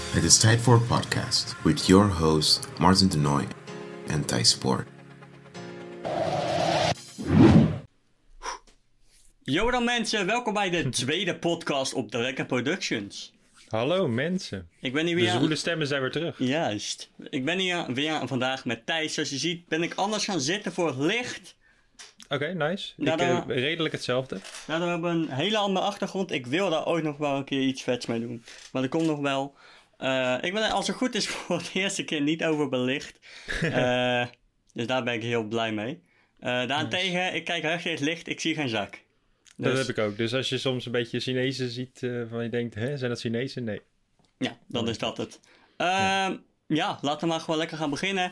Het is tijd voor een podcast with your host Martin de Nooy en Thijs Spoor. Yo dan mensen, welkom bij de tweede podcast op Drekken Productions. Hallo mensen. Ik ben hier De weer zwoele stemmen zijn weer terug. Juist. Ik ben hier weer vandaag met Thijs. Zoals je ziet ben ik anders gaan zitten voor het licht. Oké, nice. Redelijk hetzelfde. Nou, we hebben een hele andere achtergrond. Ik wil daar ooit nog wel een keer iets vets mee doen. Maar dat komt nog wel. Ik ben er als het goed is voor het eerste keer niet over belicht. Dus daar ben ik heel blij mee. Daarentegen, nice. Ik kijk recht in het licht, ik zie geen zak. Dus... Dat heb ik ook. Dus als je soms een beetje Chinezen ziet, van je denkt, hè, zijn dat Chinezen? Nee. Ja, dan is dat het. Ja, laten we maar gewoon lekker gaan beginnen.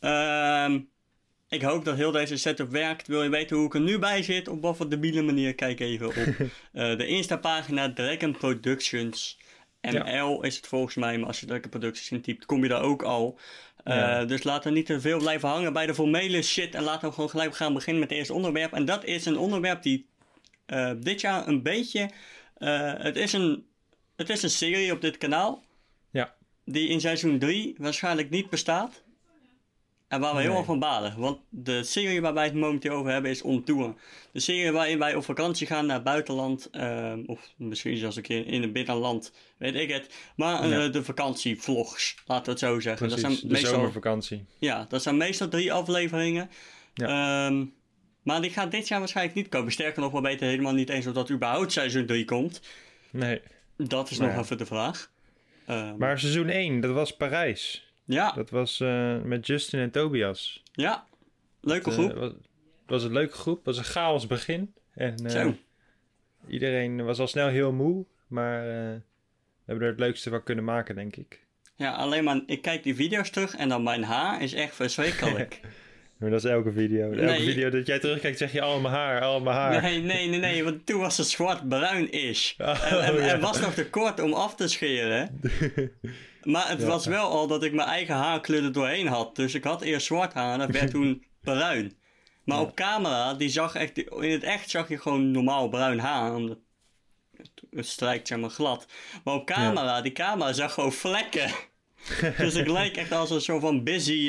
Ik hoop dat heel deze setup werkt. Wil je weten hoe ik er nu bij zit? Op wat voor debiele manier? Kijk even op de Insta-pagina Drekken Productions. ML is het volgens mij, maar als je Drekken Productions intypt, kom je daar ook al. Dus laten we niet te veel blijven hangen bij de formele shit. En laten we gewoon gelijk gaan beginnen met het eerste onderwerp. En dat is een onderwerp die dit jaar een beetje... Het is een serie op dit kanaal. Ja. Die in seizoen 3 waarschijnlijk niet bestaat. En waar we heel erg van balen. Want de serie waar wij het momenteel over hebben is On Tour. De serie waarin wij op vakantie gaan naar het buitenland. Of misschien zelfs een keer in het binnenland. Weet ik het. Maar de vakantievlogs, laten we het zo zeggen. Precies, dat zijn de zomervakantie. Ja, dat zijn meestal 3 afleveringen. Ja. Maar die gaat dit jaar waarschijnlijk niet komen. Sterker nog, we weten helemaal niet eens of dat überhaupt seizoen 3 komt. Nee. Dat is nog even de vraag. Maar seizoen 1, dat was Parijs. Ja. Dat was met Justin en Tobias. Ja, leuke groep. Het was een leuke groep. Het was een chaos begin. En iedereen was al snel heel moe. Maar we hebben er het leukste van kunnen maken, denk ik. Ja, alleen maar ik kijk die video's terug en dan mijn haar is echt verschrikkelijk. Maar dat is elke video. Elke video dat jij terugkijkt zeg je al mijn haar. Nee, want toen was het zwart-bruin-ish. En was nog te kort om af te scheren. Maar het was wel al dat ik mijn eigen haarkleur er doorheen had. Dus ik had eerst zwart haar en dat werd toen bruin. Maar op camera, in het echt zag je gewoon normaal bruin haar. Omdat het strijkt zeg maar glad. Maar op camera, die camera zag gewoon vlekken. Dus ik leek echt als een soort van busy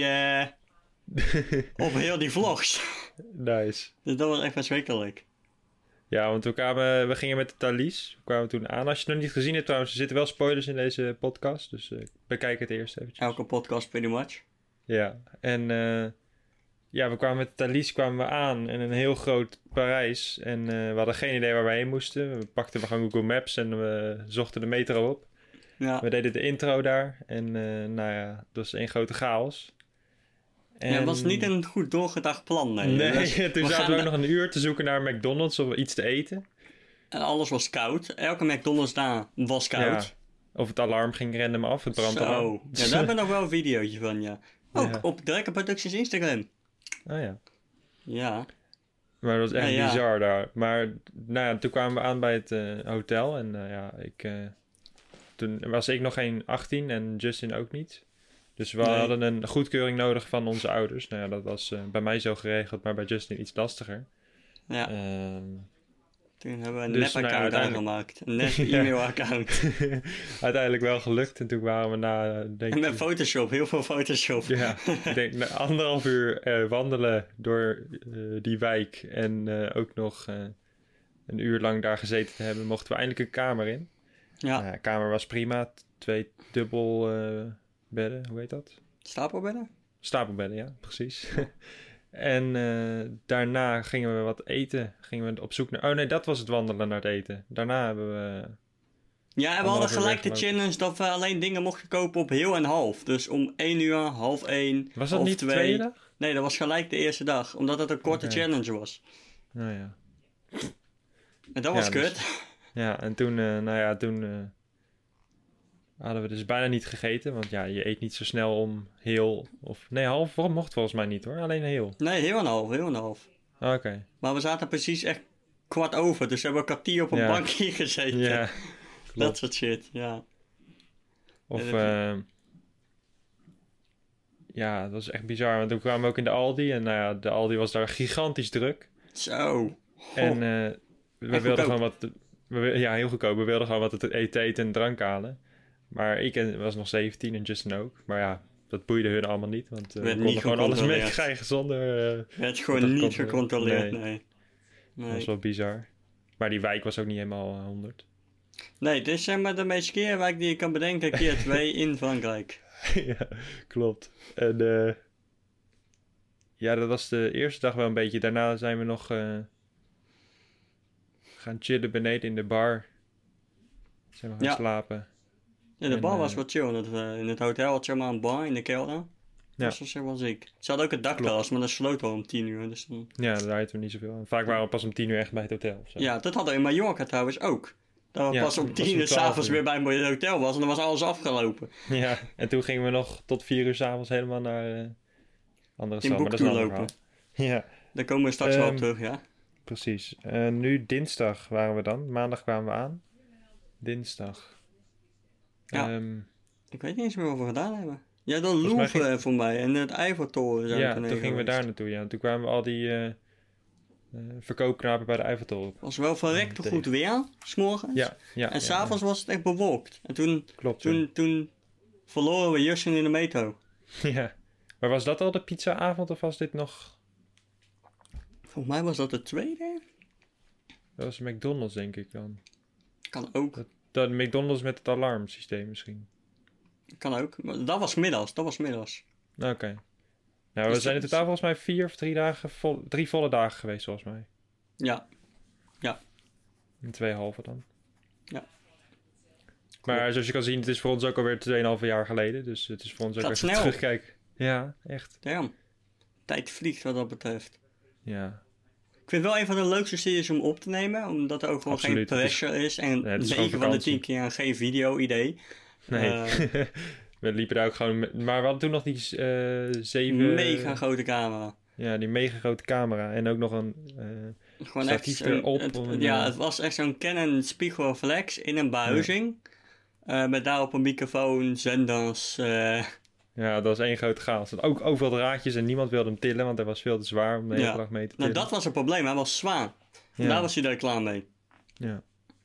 op heel die vlogs. Nice. Dus dat was echt verschrikkelijk. Ja, want we gingen met de Thalys. We kwamen toen aan. Als je het nog niet gezien hebt trouwens, er zitten wel spoilers in deze podcast. Dus bekijk het eerst eventjes. Elke podcast pretty much. Ja, en we kwamen met de Thalys aan in een heel groot Parijs. En we hadden geen idee waar we heen moesten. We pakten gewoon Google Maps en we zochten de metro op. Ja. We deden de intro daar. En dat was één grote chaos. En... Ja, het was niet een goed doorgedacht plan. Nee, toen zaten we ook nog een uur te zoeken naar McDonald's om iets te eten. En alles was koud. Elke McDonald's daar was koud. Ja. Of het alarm ging random af, het brandalarm. Ja, daar hebben we nog wel een videootje van, ja. Ook op Drekken Productions Instagram. Oh ja. Ja. Maar dat was echt bizar daar. Maar toen kwamen we aan bij het hotel. En toen was ik nog geen 18 en Justin ook niet. Dus we hadden een goedkeuring nodig van onze ouders. Nou ja, dat was bij mij zo geregeld, maar bij Justin iets lastiger. Ja. Toen hebben we een nep-account aangemaakt. Een nep-e-mail-account. Uiteindelijk wel gelukt. En toen waren we en met Photoshop, heel veel Photoshop. Ja, ik denk na 1,5 uur wandelen door die wijk. En ook nog een uur lang daar gezeten te hebben, mochten we eindelijk een kamer in. Ja. De kamer was prima. 2 dubbel... bedden, hoe heet dat? Stapelbedden? Stapelbedden, ja, precies. En daarna gingen we wat eten. Gingen we op zoek naar... Oh nee, dat was het wandelen naar het eten. Daarna hebben we... Ja, en we hadden gelijk de challenge dat we alleen dingen mochten kopen op heel en half. Dus om 1 uur, 12:30, was dat niet de tweede dag? Nee, dat was gelijk de eerste dag. Omdat het een korte challenge was. Nou ja. En dat was kut. Dus, ja, en toen... hadden we dus bijna niet gegeten. Want ja, je eet niet zo snel om heel... half mocht volgens mij niet hoor. Alleen heel. Nee, heel en half. Oké. Maar we zaten precies echt 15:15. Dus we hebben een kwartier op een bankje gezeten. Ja, dat soort shit, ja. Of... ja, dat was echt bizar. Want toen kwamen we ook in de Aldi. En de Aldi was daar gigantisch druk. Zo. En we wilden gewoon wat... heel goedkoop. We wilden gewoon wat te eten en drank halen. Maar ik was nog 17 en Justin ook. Maar ja, dat boeide hun allemaal niet. Want we konden gewoon alles gecontroleerd. meekrijgen zonder... werd gewoon niet gecontroleerd, nee. Dat was wel bizar. Maar die wijk was ook niet helemaal 100. Nee, dit is zeg maar de meest skere wijk die je kan bedenken. Keer 2 in Frankrijk. Ja, klopt. En ja, dat was de eerste dag wel een beetje. Daarna zijn we nog gaan chillen beneden in de bar. Zijn we gaan slapen. Ja, de bar was wat chill. In het hotel had je maar een bar in de kelder. Ja. Dat was wel ziek. Ze hadden ook het dakterras, maar dat sloot al om 10 uur. Dus dan... Ja, daar hadden we niet zoveel aan. Vaak waren we pas om 10 uur echt bij het hotel. Zo. Ja, dat hadden we in Mallorca trouwens ook. Dat we pas om 10 uur s'avonds weer bij het hotel was en dan was alles afgelopen. Ja, en toen gingen we nog tot 4 uur s'avonds helemaal naar andere stad. Maar dat is lopen. Ja. Daar komen we straks wel op terug, ja. Precies. Nu dinsdag waren we dan. Maandag kwamen we aan. Dinsdag. Ja. Ik weet niet eens meer wat we gedaan hebben. Ja, de Louvre voor mij en het Eiffeltoren. Ja, toen gingen we daar naartoe. Ja. Toen kwamen we al die verkoopknapen bij de Eiffeltoren. Het was wel verrekte goed weer, 's morgens. Ja, en s'avonds was het echt bewolkt. En toen verloren we Justin in de metro. Ja. Maar was dat al de pizzaavond of was dit nog... Volgens mij was dat de tweede. Dat was de McDonald's, denk ik dan. Kan ook. De McDonald's met het alarmsysteem misschien. Kan ook. Maar dat was middags. Oké. Nou, we zijn in totaal volgens mij 4 of 3 dagen, 3 volle dagen geweest volgens mij. Ja. En 2 halve dan. Ja. Maar zoals je kan zien, het is voor ons ook alweer 2,5 jaar geleden. Dus het is voor ons ook even terugkijken. Ja, echt. Damn. Tijd vliegt wat dat betreft. Ja. Ik vind het wel een van de leukste series om op te nemen. Omdat er ook gewoon geen pressure is. En 9 van de 10 keer geen video-idee. Nee. We liepen daar ook gewoon... Maar we hadden toen nog die 7... Mega grote camera. Ja, die mega grote camera. En ook nog een gewoon echt erop. Het was echt zo'n Canon spiegelreflex in een behuizing. Met daarop een microfoon, zenders. Ja, dat was één grote chaos. En ook overal draadjes en niemand wilde hem tillen, want hij was veel te zwaar om de hele dag mee te tillen. Nou, dat was het probleem. Hij was zwaar. En daar was hij daar klaar mee. Ja.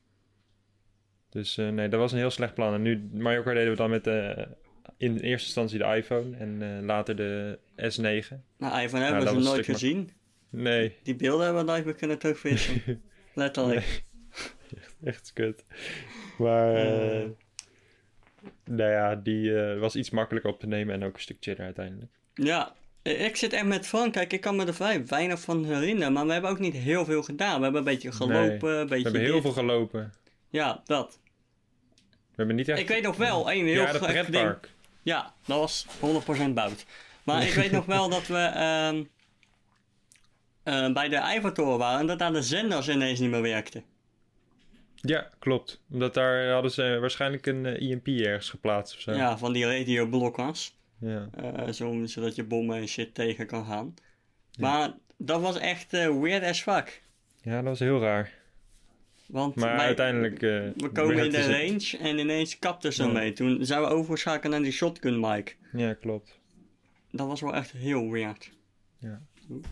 Dus nee, dat was een heel slecht plan. En nu, Mario Kart deden we dan met in eerste instantie de iPhone en later de S9. Nou, iPhone hebben we nooit gezien. Nee. Die beelden hebben we nooit meer kunnen terugvissen. Letterlijk. Nee. Echt kut. Maar, nou ja, die was iets makkelijker op te nemen en ook een stuk chiller uiteindelijk. Ja, ik zit echt met Frankrijk. Ik kan me er vrij weinig van herinneren, maar we hebben ook niet heel veel gedaan. We hebben een beetje gelopen, we hebben heel veel gelopen. Ja, dat. We hebben niet echt... Ik weet nog wel, een heel dat pretpark. Ja, dat was 100% bout. Maar ik weet nog wel dat we bij de Eiffeltoren waren en dat daar de zenders ineens niet meer werkten. Ja, klopt. Omdat daar hadden ze waarschijnlijk een EMP ergens geplaatst of zo. Ja, van die radioblokkers. Ja. Zodat je bommen en shit tegen kan gaan. Ja. Maar dat was echt weird as fuck. Ja, dat was heel raar. Want maar uiteindelijk... we komen in de range en ineens kapte ze mee. Toen zijn we overgeschakeld naar die shotgun mic. Ja, klopt. Dat was wel echt heel weird. Ja.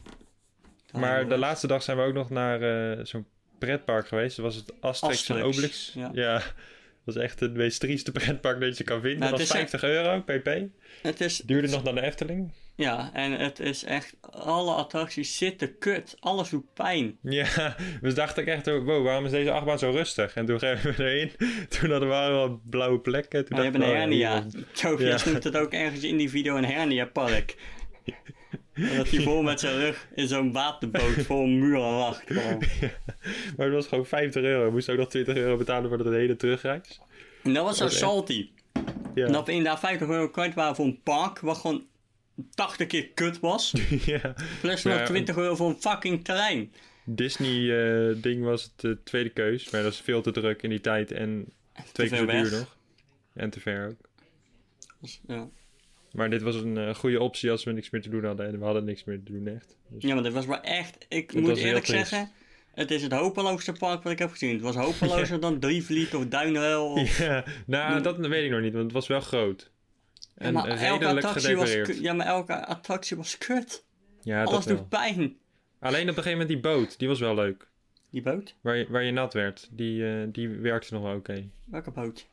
Maar de laatste dag zijn we ook nog naar zo'n pretpark geweest. Dat was het Asterix en Obelix. Ja. Dat was echt het meest trieste pretpark dat je kan vinden. Nou, dat was €50 pp. Duurde nog dan de Efteling. Ja, en het is echt... Alle attracties zitten kut. Alles doet pijn. Ja, we dachten echt... Wow, waarom is deze achtbaan zo rustig? En toen gingen we erin. Toen hadden we wel blauwe plekken. Toen we hebben een hernia. Tobias noemt het ook ergens in die video een hernia-park. En dat hij vol met zijn rug in zo'n waterboot vol muren lag. Ja, maar het was gewoon €50. We moesten ook nog €20 betalen voor de hele terugreis. En dat was zo salty. Ja. En dat we inderdaad €50 kwijt waren voor een park wat gewoon 80 keer kut was. Ja. Plus nog €20 voor een fucking terrein. Disney ding was het tweede keus. Maar dat is veel te druk in die tijd en 2 keer zo duur nog. En te ver ook. Dus, ja. Maar dit was een goede optie als we niks meer te doen hadden. En we hadden niks meer te doen echt. Dus ja, maar dit was wel echt... Ik moet eerlijk zeggen... Het is het hopeloosste park wat ik heb gezien. Het was hopelozer dan Drievliet of Duinruil. Of... Ja, nou, dat weet ik nog niet. Want het was wel groot. En ja, redelijk gedecoreerd. Ja, maar elke attractie was kut. Ja, alles doet pijn. Alleen op een gegeven moment die boot. Die was wel leuk. Die boot? Waar je nat werd. Die werkte nog wel oké. Welke boot?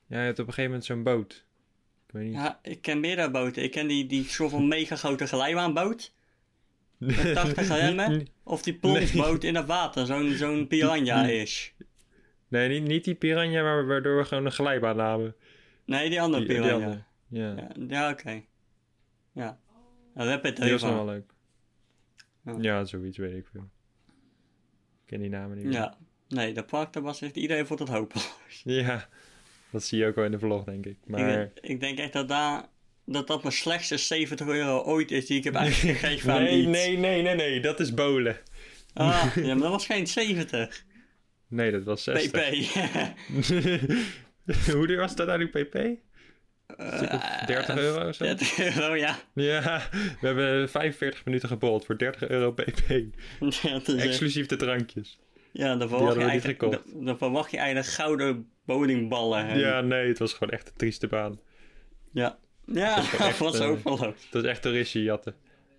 Ja, je hebt op een gegeven moment zo'n boot. Ik weet niet. Ja, ik ken meerdere boten. Ik ken die soort van mega grote glijbaanboot. Met 80 remmen. Of die plonsboot in het water. Zo'n piranha is. Nee, niet die piranha, maar waardoor we gewoon een glijbaan hebben. Nee, die andere piranha. Die andere. Ja, oké. Ja. Rapid die was nog River. wel leuk. Ja, zoiets weet ik veel. Ik ken die namen niet meer. Ja. Nee, de park, daar was echt iedereen voor het hopeloos. Ja, dat zie je ook wel in de vlog, denk ik. Maar... Ik denk echt dat mijn slechtste €70 ooit is die ik heb uitgegeven aan iets. Nee, dat is bolen. Ah, ja, maar dat was geen 70. Nee, dat was 60. PP. Hoe duur was dat uiteindelijk PP? €30 of zo? €30, ja. Ja, we hebben 45 minuten gebold voor €30 PP. Exclusief de drankjes. Ja, dan verwacht je eigenlijk gouden bowlingballen. En... Ja, nee, het was gewoon echt een trieste baan. Ja, dat was ook wel leuk. Dat is echt toeristje jatten.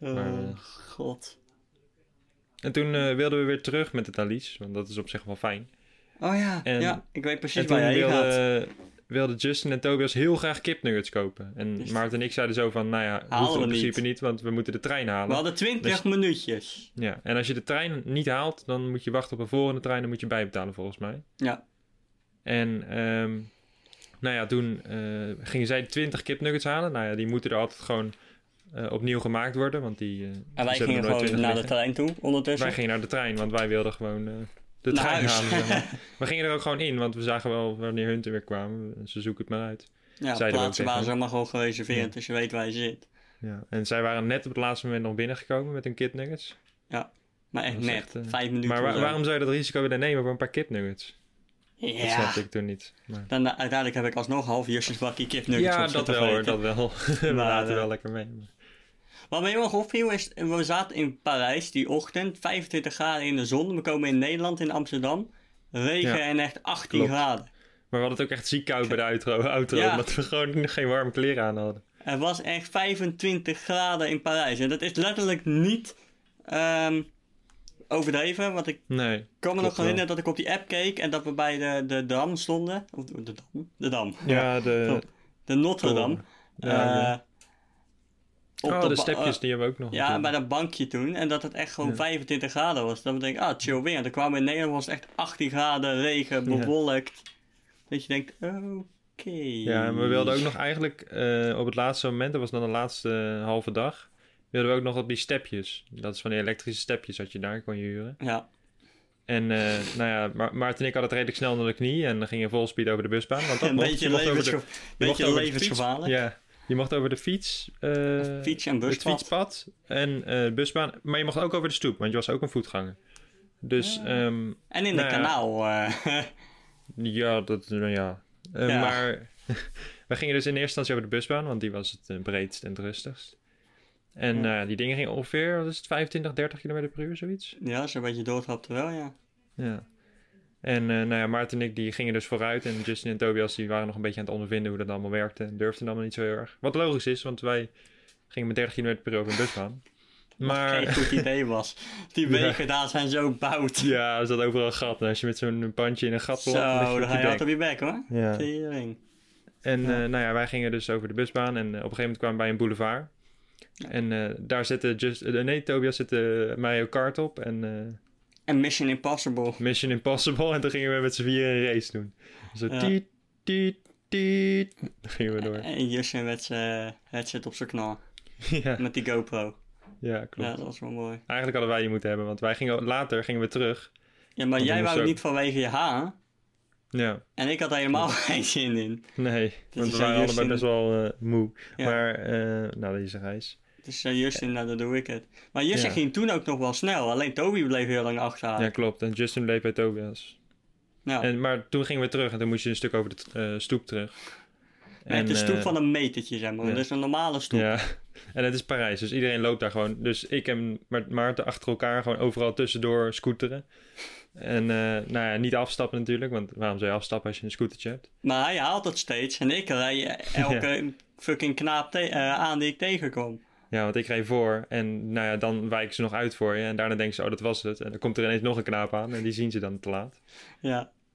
God. En toen wilden we weer terug met het Alice, want dat is op zich wel fijn. Oh ja, ja, ik weet precies waar jij heen gaat. Wilden Justin en Tobias heel graag kipnuggets kopen. En Maarten en ik zeiden zo van, nou ja, hoeft in principe niet, want we moeten de trein halen. We hadden 20 minuutjes. Ja, en als je de trein niet haalt, dan moet je wachten op een volgende trein, dan moet je bijbetalen volgens mij. Ja. En nou ja, toen gingen zij 20 kipnuggets halen. Nou ja, die moeten er altijd gewoon opnieuw gemaakt worden, want en wij gingen gewoon naar de trein toe, ondertussen? Wij gingen naar de trein, want wij wilden gewoon... de trein halen. Zeg maar. We gingen er ook gewoon in, want we zagen wel wanneer hun er weer kwamen. Ze zoeken het maar uit. Ja, plaatsen waren ze allemaal gewoon gereserveerd, dus je weet waar je zit. Ja, en zij waren net op het laatste moment nog binnengekomen met hun kipnuggets. Ja, maar echt net. 5 minuten. Maar waarom zou je dat risico willen nemen voor een paar kipnuggets? Ja. Dat snapte ik toen niet. Maar... Dan uiteindelijk heb ik alsnog half Justus bakkie kipnuggets op dat wel hoor, dat wel. We laten wel lekker mee. Wat me heel erg opviel is, we zaten in Parijs die ochtend, 25 graden in de zon. We komen in Nederland, in Amsterdam, regen en echt 18 graden. Maar we hadden het ook echt ziek koud bij de auto omdat we gewoon geen warme kleren aan hadden. Het was echt 25 graden in Parijs en dat is letterlijk niet overdreven. Want ik kan me nog herinneren dat ik op die app keek en dat we bij de Dam stonden. Of de Dam. Ja, de Notre Dame. De stepjes die hebben we ook nog. Ja, bij dat bankje toen. En dat het echt gewoon 25 graden was. Dan denk ik, chill weer. En dan kwamen we in Nederland, was het echt 18 graden, regen, bewolkt. Dat je denkt, oké. Ja, en we wilden ook nog eigenlijk op het laatste moment, dat was dan de laatste halve dag, wilden we ook nog op die stepjes. Dat is van die elektrische stepjes had je daar, kon je huren. Ja. En nou ja, Maarten en ik hadden het redelijk snel naar de knie en dan gingen vol speed over de busbaan. Want dat een beetje levensgevaarlijk. Ja. Je mocht over de fiets, fiets en buspad. het fietspad en busbaan. Maar je mocht ook over de stoep, want je was ook een voetganger. Dus, en in de kanaal. Ja, maar we gingen dus in eerste instantie over de busbaan, want die was het breedst en het rustigst. En die dingen gingen ongeveer, wat is het, 25, 30 km per uur, zoiets? Ja, zo'n beetje doortrapte wel, ja. Ja. En nou ja, Maarten en ik die gingen dus vooruit. En Justin en Tobias die waren nog een beetje aan het ondervinden hoe dat allemaal werkte. En durfden allemaal niet zo heel erg. Wat logisch is, want wij gingen met 30 km per uur over een busbaan. Maar geen goed idee was. Die wegen daar zijn zo bout. Ja, er zat overal een gat. En als je met zo'n pandje in een gat belandt, dan ga je altijd op je bek, hoor. Ja. En nou ja, wij gingen dus over de busbaan. En op een gegeven moment kwamen we bij een boulevard. Ja. En daar zette Tobias zette Mario Kart op. En Mission Impossible. Mission Impossible. En toen gingen we met z'n vieren een race doen. Zo tiet, tiet, tiet. Dan gingen we door. En Justin met zijn headset op zijn knal. Ja. Met die GoPro. Ja, klopt. Ja, dat was wel mooi. Eigenlijk hadden wij die moeten hebben, want later gingen we terug. Ja, maar jij wou niet vanwege je haar. Ja. En ik had er helemaal geen zin in. Nee, want we waren allebei best wel moe. Ja. Maar, nou, deze reis. Dus Justin, nou, dan doe ik het. Maar Justin ging toen ook nog wel snel. Alleen Toby bleef heel lang achteraan. Ja, klopt. En Justin bleef bij Tobias. Ja. Maar toen gingen we terug en toen moest je een stuk over de stoep terug. Met de stoep van een metertje, zeg maar. Ja. Dat is een normale stoep. Ja, en het is Parijs, dus iedereen loopt daar gewoon. Dus ik en Maarten achter elkaar gewoon overal tussendoor scooteren. En nou ja, niet afstappen natuurlijk, want waarom zou je afstappen als je een scootertje hebt? Maar hij haalt het steeds en ik rij elke fucking knaap aan die ik tegenkom. Ja, want ik reed voor en nou ja, dan wijken ze nog uit voor je. En daarna denken ze, dat was het. En dan komt er ineens nog een knaap aan en die zien ze dan te laat. Ja.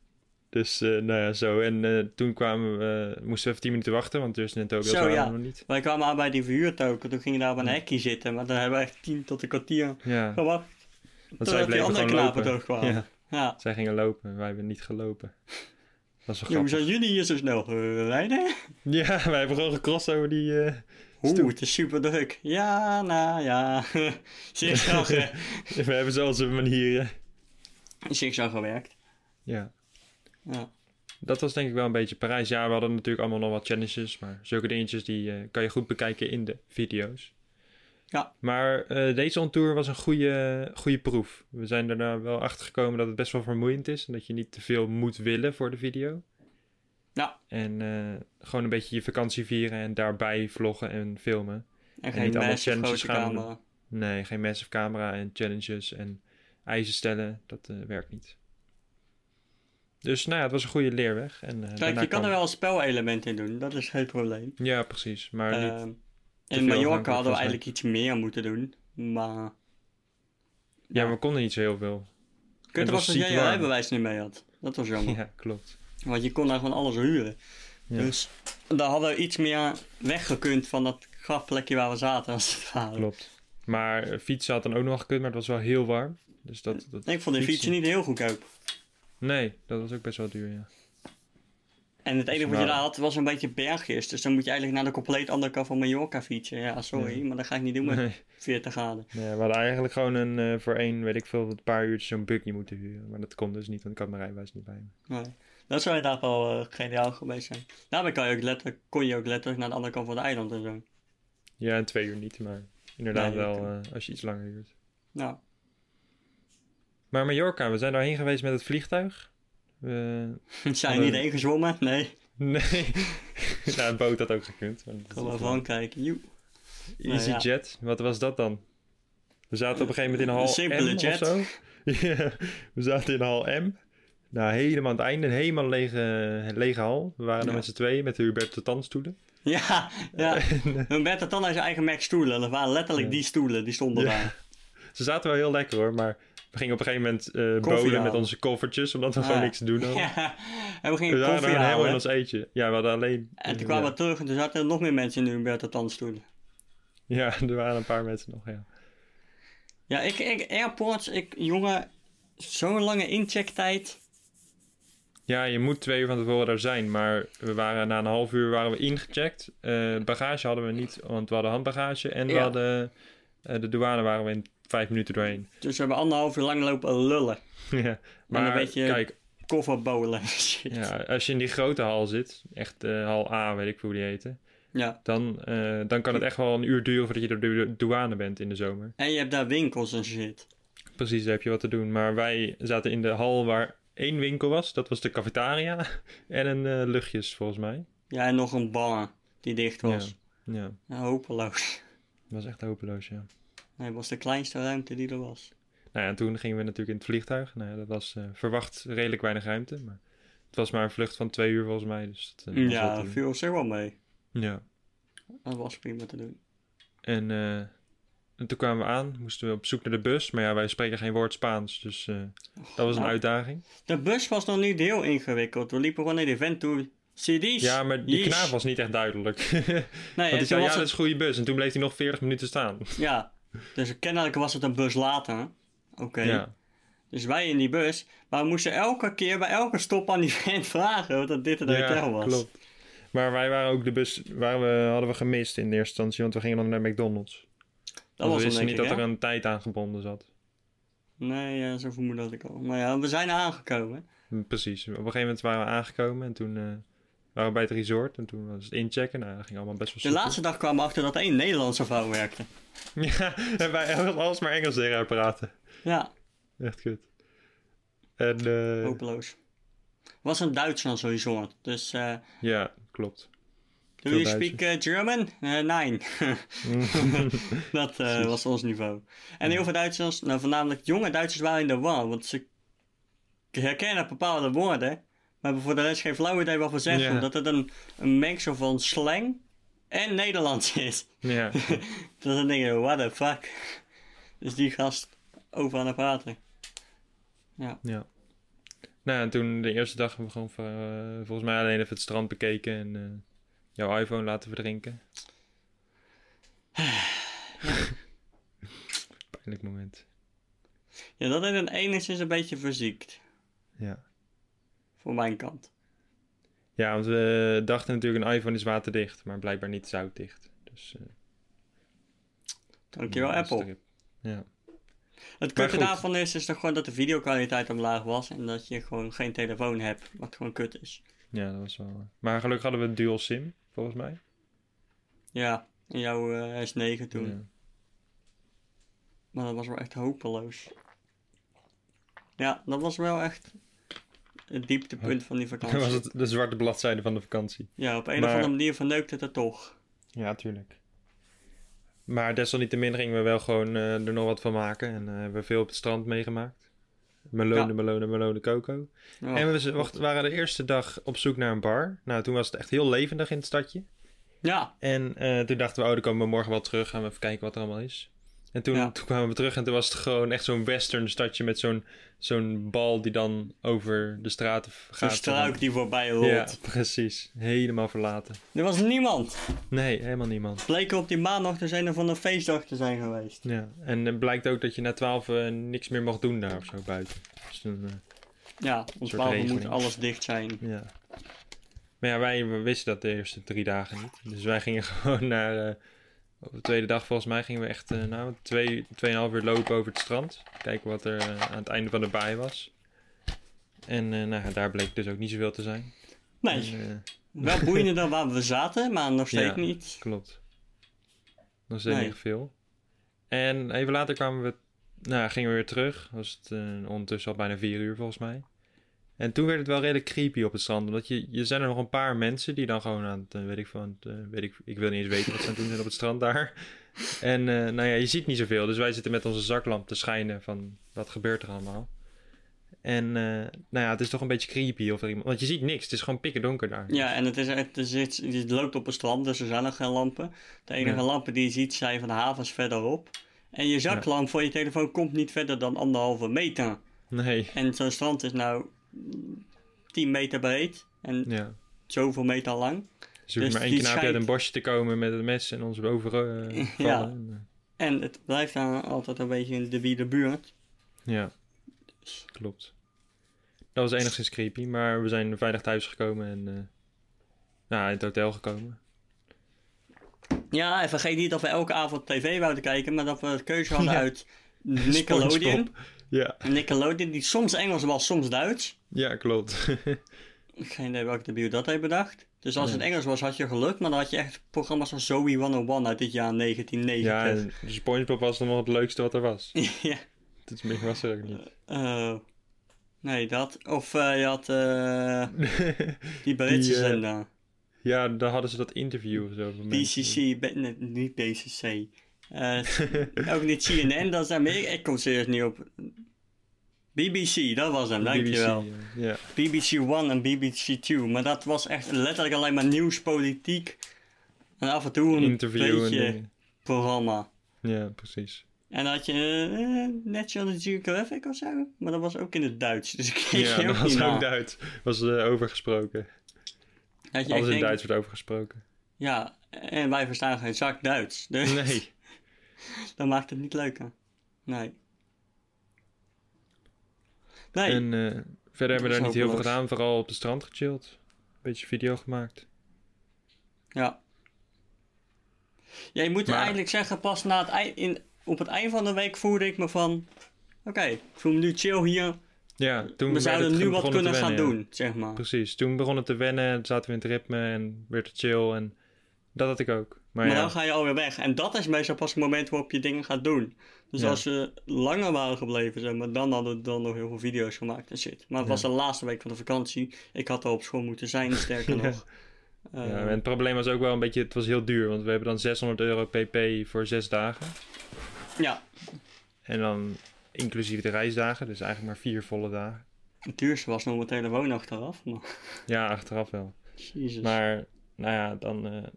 Dus nou ja, zo. En toen moesten we even 10 minuten wachten, want Justin en Tobias waren er nog niet. Wij kwamen aan bij die verhuurtoken. Toen gingen we daar op een hekje zitten. Maar dan hebben we echt 10 tot een kwartier gewacht. Want zij bleven andere gewoon knapen lopen. terugkwamen. Ja. Zij gingen lopen, wij hebben niet gelopen. Dat was wel Hoe grappig. zijn jullie hier zo snel rijden? Ja, wij hebben gewoon gecrossed over die het is super druk. Ja, nou ja. Zigzaggen. We hebben zo onze manieren. Zigzag gewerkt. Ja. Ja. Dat was denk ik wel een beetje Parijs. Ja, we hadden natuurlijk allemaal nog wat challenges, maar zulke dingetjes die kan je goed bekijken in de video's. Ja. Maar deze ontour was een goede proef. We zijn daarna wel achter gekomen dat het best wel vermoeiend is en dat je niet te veel moet willen voor de video. Ja. En gewoon een beetje je vakantie vieren en daarbij vloggen en filmen. En geen massive grote camera. Nee, geen massive camera en challenges en eisen stellen. Dat werkt niet. Dus nou ja, het was een goede leerweg. En, kijk, je kan er wel een spelelement in doen. Dat is geen probleem. Ja, precies. Maar niet in Mallorca hadden we eigenlijk iets meer moeten doen. Maar... Ja, maar we konden niet zo heel veel. Kut was dat jij je rijbewijs niet mee had. Dat was jammer. Ja, klopt. Want je kon daar gewoon alles huren. Ja. Dus daar hadden we iets meer weggekund van dat grafplekje waar we zaten als het ware. Klopt. Maar fietsen had dan ook nog gekund, maar het was wel heel warm. Dus ik vond die fietsen niet heel goedkoop. Nee, dat was ook best wel duur, ja. En het enige wat je daar had was een beetje bergjes. Dus dan moet je eigenlijk naar de compleet andere kant van Mallorca fietsen. Ja, sorry, maar dat ga ik niet doen met 40 graden. Nee, we hadden eigenlijk gewoon voor een paar uurtjes zo'n buggy moeten huren. Maar dat kon dus niet, want ik had mijn rijbewijs niet bij me. Nee, dat zou inderdaad wel geniaal geweest zijn. Daarmee kon je ook letterlijk naar de andere kant van het eiland en zo. Ja, in 2 uur niet, maar inderdaad wel als je iets langer huurt. Nou. Maar Mallorca, we zijn daarheen geweest met het vliegtuig. Zijn niet heen gezwommen? Nee. Nee. Nou, een boot had ook gekund. Kom maar Frankrijk. EasyJet, wat was dat dan? We zaten op een gegeven moment in een hal M jet. of zo. Ja, we zaten in een hal M. Nou, helemaal aan het einde, een helemaal lege hal. We waren er met z'n tweeën met de Hubert de Tandstoelen. Ja. Hubert de Tand had zijn eigen Mac stoelen. Dat waren letterlijk die stoelen, die stonden daar. Ze zaten wel heel lekker hoor, maar we gingen op een gegeven moment bowlen met onze koffertjes, omdat we gewoon niks te doen hadden. Ja, en we gingen koffie halen. Helemaal in ons eetje. Ja, we hadden alleen... En toen kwamen we terug en toen zaten er nog meer mensen in de Hubert de Tandstoelen. Ja, er waren een paar mensen nog, ja. Ja, airports, jongen, zo'n lange inchecktijd. Ja, je moet 2 uur van tevoren daar zijn, maar na een half uur waren we ingecheckt. Bagage hadden we niet, want we hadden handbagage en we hadden de douane waren we in 5 minuten doorheen. Dus we hebben 1,5 uur lang lopen lullen. Ja, maar en een beetje kijk, kofferbolen. Ja, als je in die grote hal zit, echt hal A, weet ik hoe die heette. Ja. Dan kan het echt wel een uur duren voordat je door de douane bent in de zomer. En je hebt daar winkels en shit. Precies, daar heb je wat te doen. Maar wij zaten in de hal waar 1 winkel was. Dat was de cafetaria. En een luchtjes, volgens mij. Ja, en nog een bar die dicht was. Ja. Hopeloos. Dat was echt hopeloos, ja. Nee, het was de kleinste ruimte die er was. Nou ja, en toen gingen we natuurlijk in het vliegtuig. Nou ja, dat was verwacht redelijk weinig ruimte. Maar het was maar een vlucht van 2 uur volgens mij. Dus dat ja, viel zich wel mee. Ja. Dat was prima te doen. En toen kwamen we aan, moesten we op zoek naar de bus. Maar ja, wij spreken geen woord Spaans, dus dat was een uitdaging. De bus was nog niet heel ingewikkeld. We liepen gewoon naar de vent toe. CD's. Ja, maar die knaap was niet echt duidelijk. Nee, want hij zei, dat is een goede bus. En toen bleef hij nog 40 minuten staan. Ja, dus kennelijk was het een bus later. Oké. Ja. Dus wij in die bus. Maar we moesten elke keer bij elke stop aan die vent vragen wat dit het hotel was. Klopt. Maar wij waren ook de bus hadden we gemist in de eerste instantie, want we gingen dan naar McDonald's. Dat was we wisten niet dat er een tijd aan gebonden zat. Nee, zo vermoed dat ik al. Maar ja, we zijn aangekomen. Precies. Op een gegeven moment waren we aangekomen en toen waren we bij het resort. En toen was het inchecken. Nou, dat ging allemaal best wel soepel. De laatste dag kwamen we achter dat er 1 Nederlandse vrouw werkte. Ja, en wij alles maar Engels tegen haar praten. Ja. Echt kut. En, hopeloos. Was een Duitsland sowieso. Dus, ja, klopt. Do you speak German? Nee. Dat was ons niveau. En heel veel Duitsers, nou voornamelijk jonge Duitsers, waren in de war. Want ze herkennen bepaalde woorden, maar hebben voor de rest geen flauw idee wat we zeggen. Omdat het een mengsel van slang en Nederlands is. Ja. Dus dan denk je, what the fuck. Dus die gast over aan het praten. Ja. Nou, en toen de eerste dag hebben we gewoon volgens mij alleen even het strand bekeken en jouw iPhone laten verdrinken. Pijnlijk moment. Ja, dat is het enigszins een beetje verziekt. Ja. Voor mijn kant. Ja, want we dachten natuurlijk een iPhone is waterdicht, maar blijkbaar niet zoutdicht. Dus, dankjewel Apple. Ja. Het kutte daarvan is toch gewoon dat de videokwaliteit omlaag was en dat je gewoon geen telefoon hebt, wat gewoon kut is. Ja, dat was wel... Maar gelukkig hadden we een dual SIM, volgens mij. Ja, en jouw S9 toen. Ja. Maar dat was wel echt hopeloos. Ja, dat was wel echt het dieptepunt van die vakantie. Dat was het de zwarte bladzijde van de vakantie. Ja, op een of andere manier verneukt het er toch. Ja, tuurlijk. Maar desalniettemin gingen we wel gewoon er nog wat van maken. En hebben we veel op het strand meegemaakt. Melonen, coco. Oh. En we waren de eerste dag op zoek naar een bar. Nou, toen was het echt heel levendig in het stadje. Ja. En toen dachten we, dan komen we morgen wel terug. Gaan we even kijken wat er allemaal is. En toen kwamen we terug en toen was het gewoon echt zo'n western stadje met zo'n bal die dan over de straten gaat. Zo'n struik die voorbij rolt. Ja, precies. Helemaal verlaten. Er was niemand. Nee, helemaal niemand. Bleek op die maandag te zijn van een feestdag te zijn geweest. Ja, en het blijkt ook dat je na 12 niks meer mag doen daar of zo buiten. Dus ja, om 12 moet alles dicht zijn. Ja. Maar ja, wij wisten dat de eerste 3 dagen niet. Dus wij gingen gewoon naar... op de tweede dag volgens mij gingen we echt 2,5 uur lopen over het strand. Kijken wat er aan het einde van de baai was. En daar bleek dus ook niet zoveel te zijn. Nee, wel boeiender dan waar we zaten, maar nog steeds niet. Klopt. Nog steeds niet veel. En even later gingen we weer terug. Was het ondertussen al bijna 4 uur volgens mij. En toen werd het wel redelijk creepy op het strand. Omdat je zijn er nog een paar mensen die dan gewoon aan het, ik wil niet eens weten wat ze aan het doen zijn op het strand daar. En je ziet niet zoveel. Dus wij zitten met onze zaklamp te schijnen van wat gebeurt er allemaal. En het is toch een beetje creepy of er iemand... Want je ziet niks, het is gewoon pikken donker daar. Ja, en je loopt op het strand, dus er zijn nog geen lampen. De enige lampen die je ziet zijn van de havens verderop. En je zaklamp voor je telefoon komt niet verder dan 1,5 meter. Nee. En zo'n strand is nou 10 meter breed en zoveel meter lang. Dus je hoeft maar 1 keer uit een bosje te komen met het mes en ons overvallen. Ja, en het blijft dan altijd een beetje in de wielerbuurt. Ja, klopt. Dat was enigszins creepy, maar we zijn veilig thuis gekomen en in het hotel gekomen. Ja, en vergeet niet dat we elke avond tv wouden kijken, maar dat we de keuze hadden uit Nickelodeon. Ja. Nickelodeon, die soms Engels was, soms Duits. Ja, klopt. Geen idee welke debiel dat heeft bedacht. Dus als het Engels was, had je geluk, maar dan had je echt programma's van Zoe 101 uit dit jaar 1990. Ja, en SpongeBob was dan nog het leukste wat er was. Ja. Dat meer was er ook niet. Nee, dat. Of je had die Britse zender. Ja, dan hadden ze dat interview of zo. BCC, niet BCC. Ook niet CNN, dat is Amerika. Ik kom serieus niet op. BBC, dat was hem, dankjewel. Ja. BBC One en BBC 2, maar dat was echt letterlijk alleen maar nieuws, politiek en af en toe een interview beetje programma. Ja, precies. En dan had je National Geographic of zo, maar dat was ook in het Duits, dus ik kreeg dat was ook Duits. Was overgesproken. Alles in Duits werd overgesproken. Ja, en wij verstaan geen zak Duits. Dus nee. Dat maakt het niet leuker. Nee. En verder hebben we daar niet heel veel gedaan. Vooral op het strand gechilled. Een beetje video gemaakt. Ja. Ja, je moet eigenlijk zeggen, pas na op het eind van de week voelde ik me van... Oké, ik voel me nu chill hier. Ja, toen we zouden nu wat kunnen gaan doen, zeg maar. Precies, toen begon het te wennen en zaten we in het ritme en werd het chill en dat had ik ook. Maar dan ga je alweer weg. En dat is meestal pas het moment waarop je dingen gaat doen. Dus als we langer waren gebleven, zeg maar, dan hadden we dan nog heel veel video's gemaakt en shit. Maar het was de laatste week van de vakantie. Ik had er op school moeten zijn, sterker nog. En het probleem was ook wel een beetje, het was heel duur. Want we hebben dan €600 pp voor 6 dagen. Ja. En dan inclusief de reisdagen, dus eigenlijk maar 4 volle dagen. Het duurste was nog mijn telefoon achteraf. Maar... Ja, achteraf wel. Jezus. Maar, dan...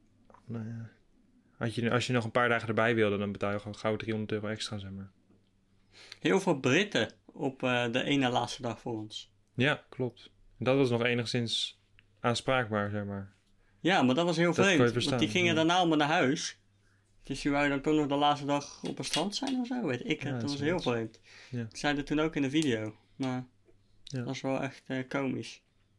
als je nog een paar dagen erbij wilde, dan betaal je gewoon gauw €300 extra, zeg maar. Heel veel Britten op de ene laatste dag voor ons. Ja, klopt. Dat was nog enigszins aanspraakbaar, zeg maar. Ja, maar dat was heel Dat kon je vreemd. verstaan, Want die gingen ja. daarna allemaal naar huis. Dus die wouden dan toch nog de laatste dag op het strand zijn of zo, weet ik. Ja, Dat was heel zoiets. vreemd. Ja. Ik zei dat toen ook in de video. Maar Ja. dat was wel echt komisch.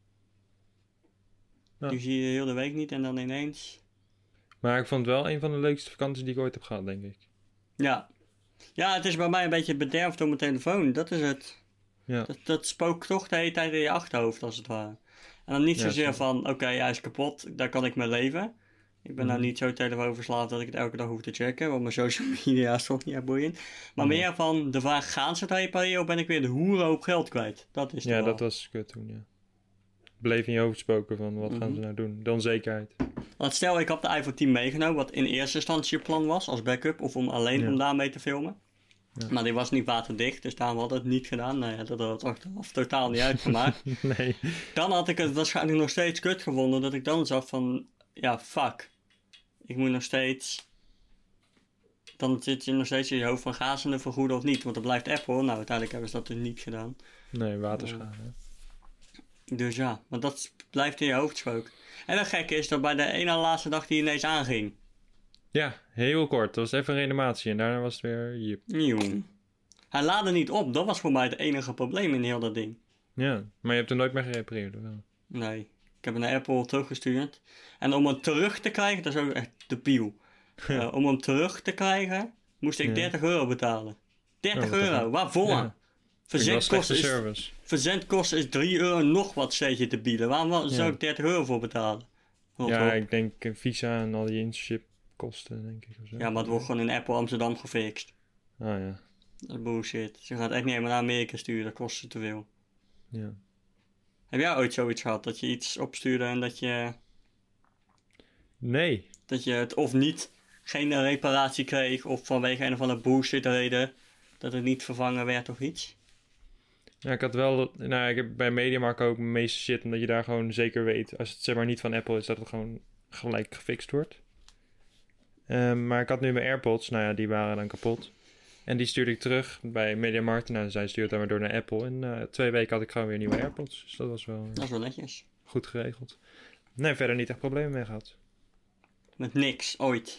Ja. Die zie je heel de week niet en dan ineens... Maar ik vond het wel een van de leukste vakanties die ik ooit heb gehad, denk ik. Ja. Ja, het is bij mij een beetje bederfd door mijn telefoon. Dat is het. Ja. Dat spookt toch de hele tijd in je achterhoofd, als het ware. En dan niet Ja, zozeer snap. van, oké, hij is kapot, daar kan ik mee leven. Ik ben nou niet zo telefoonverslaafd dat ik het elke dag hoef te checken, want mijn social media is toch niet echt boeiend. Maar meer van de vraag, gaan ze het repareren of ben ik weer de hoerenhoop geld kwijt? Dat is het Ja, wel. dat was kut toen, ja. Bleef in je hoofd spoken van, wat gaan ze nou doen? De onzekerheid. Want stel, ik had de iPhone 10 meegenomen, wat in eerste instantie het plan was, als backup, of om alleen om daarmee te filmen. Ja. Maar die was niet waterdicht, dus daarom hadden we het niet gedaan. Nou ja, dat had het achteraf totaal niet uitgemaakt. Nee. Dan had ik het waarschijnlijk nog steeds kut gevonden, dat ik dan zag van, ja, fuck. Ik moet nog steeds... Dan zit je nog steeds in je hoofd van, gaan ze het vergoeden of niet? Want dan blijft Apple. Nou, uiteindelijk hebben ze dat dus niet gedaan. Nee, waterschade. Dus ja, maar dat blijft in je hoofd spoken. En het gekke is dat bij de ene laatste dag die ineens aanging. Ja, heel kort. Dat was even een reanimatie en daarna was het weer... Jip. Nieuw. Hij laadde niet op. Dat was voor mij het enige probleem in heel dat ding. Ja, maar je hebt er nooit meer gerepareerd, of wel? Nee. Ik heb hem naar Apple teruggestuurd. En om hem terug te krijgen, dat is ook echt debiel. Om hem terug te krijgen, moest ik €30 betalen. €30, waarvoor? Ja. Verzendkosten is €3 nog wat steeds te bieden. Waarom zou ik €30 voor betalen? Ja, ik denk visa en al die internship kosten, denk ik. Of zo. Ja, maar het wordt gewoon in Apple Amsterdam gefixt. Ah ja. Dat is bullshit. Ze gaat echt niet helemaal naar Amerika sturen, dat kost ze te veel. Ja. Heb jij ooit zoiets gehad, dat je iets opstuurde en dat je Nee. het of niet geen reparatie kreeg, of vanwege een of andere bullshit reden dat het niet vervangen werd of iets? Ja, ik had wel... Nou, ik heb bij MediaMarkt ook de meeste shit, omdat je daar gewoon zeker weet, als het zeg maar niet van Apple is, dat het gewoon gelijk gefixt wordt. Maar ik had nu mijn AirPods, nou ja, die waren dan kapot. En die stuurde ik terug bij MediaMarkt. Nou, zij stuurt dan weer door naar Apple. En 2 weken had ik gewoon weer nieuwe AirPods. Dus dat was wel Dat is wel netjes. goed geregeld. Nee, verder niet echt problemen mee gehad. Met niks, ooit.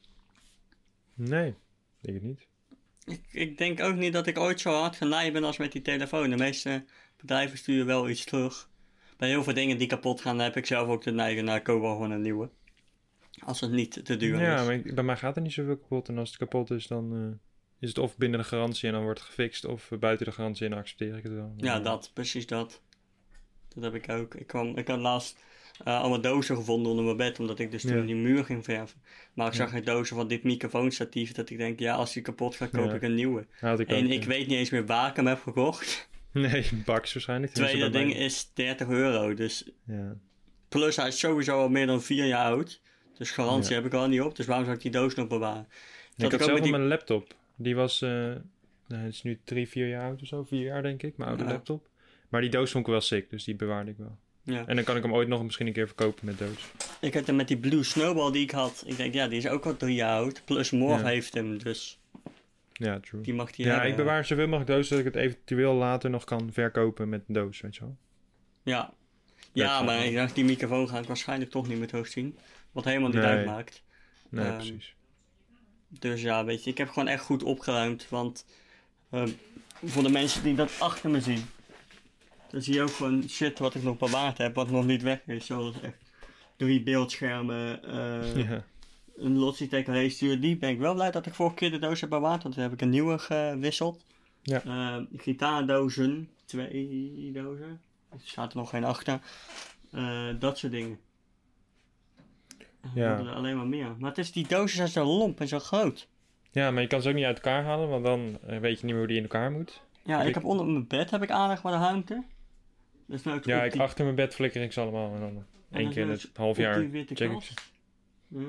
Nee, denk het niet. Ik denk ook niet dat ik ooit zo hard genaaid ben als met die telefoon. De meeste bedrijven sturen wel iets terug. Bij heel veel dingen die kapot gaan, heb ik zelf ook de neiging naar koop wel gewoon een nieuwe. Als het niet te duur Ja, is. maar bij mij gaat er niet zoveel kapot. En als het kapot is, dan is het of binnen de garantie en dan wordt het gefixt. Of buiten de garantie en dan accepteer ik het wel. Ja, precies dat. Dat heb ik ook. Ik had laatst allemaal dozen gevonden onder mijn bed, omdat ik dus toen die muur ging verven. Maar ik zag een dozen van dit microfoonstatief, dat ik denk, ja, als die kapot gaat, koop ik een nieuwe. Ik weet niet eens meer waar ik hem heb gekocht. Nee, Bax waarschijnlijk. Tweede ding is €30, dus... Ja. Plus hij is sowieso al meer dan 4 jaar oud. Dus garantie heb ik al niet op, dus waarom zou ik die doos nog bewaren? Ik had zelf mijn laptop. Die was, het is nu 3-4 jaar oud of zo, 4 jaar denk ik, mijn oude laptop. Maar die doos vond ik wel sick, dus die bewaarde ik wel. Ja. En dan kan ik hem ooit nog misschien een keer verkopen met doos. Ik had hem met die Blue Snowball die ik had. Ik denk, ja, die is ook al 3 jaar oud. Plus Morph heeft hem, dus... Ja, true. Die mag die hebben. Ja, ik bewaar zoveel mogelijk doos, zodat ik het eventueel later nog kan verkopen met een doos, weet je wel. Ja. Ja, maar ik dacht, die microfoon ga ik waarschijnlijk toch niet met hoofd zien. Wat helemaal niet uitmaakt. Nee, precies. Dus ja, weet je, ik heb gewoon echt goed opgeruimd. Want voor de mensen die dat achter me zien, dan zie je ook gewoon shit wat ik nog bewaard heb, wat nog niet weg is. Zoals echt 3 beeldschermen, een Logitech Race. Die ben ik wel blij dat ik vorige keer de doos heb bewaard, want toen heb ik een nieuwe gewisseld. Ja. Gitaardozen, 2 dozen. Er staat er nog geen achter. Dat soort dingen. Ja. Er alleen maar meer. Maar die dozen zijn zo lomp en zo groot. Ja, maar je kan ze ook niet uit elkaar halen, want dan weet je niet meer hoe die in elkaar moet. Ja, ik heb onder mijn bed aardig wat ruimte. Dus nou ja, achter mijn bed flikker ik ze allemaal en dan 1 keer in het half jaar check ik ze. Ja.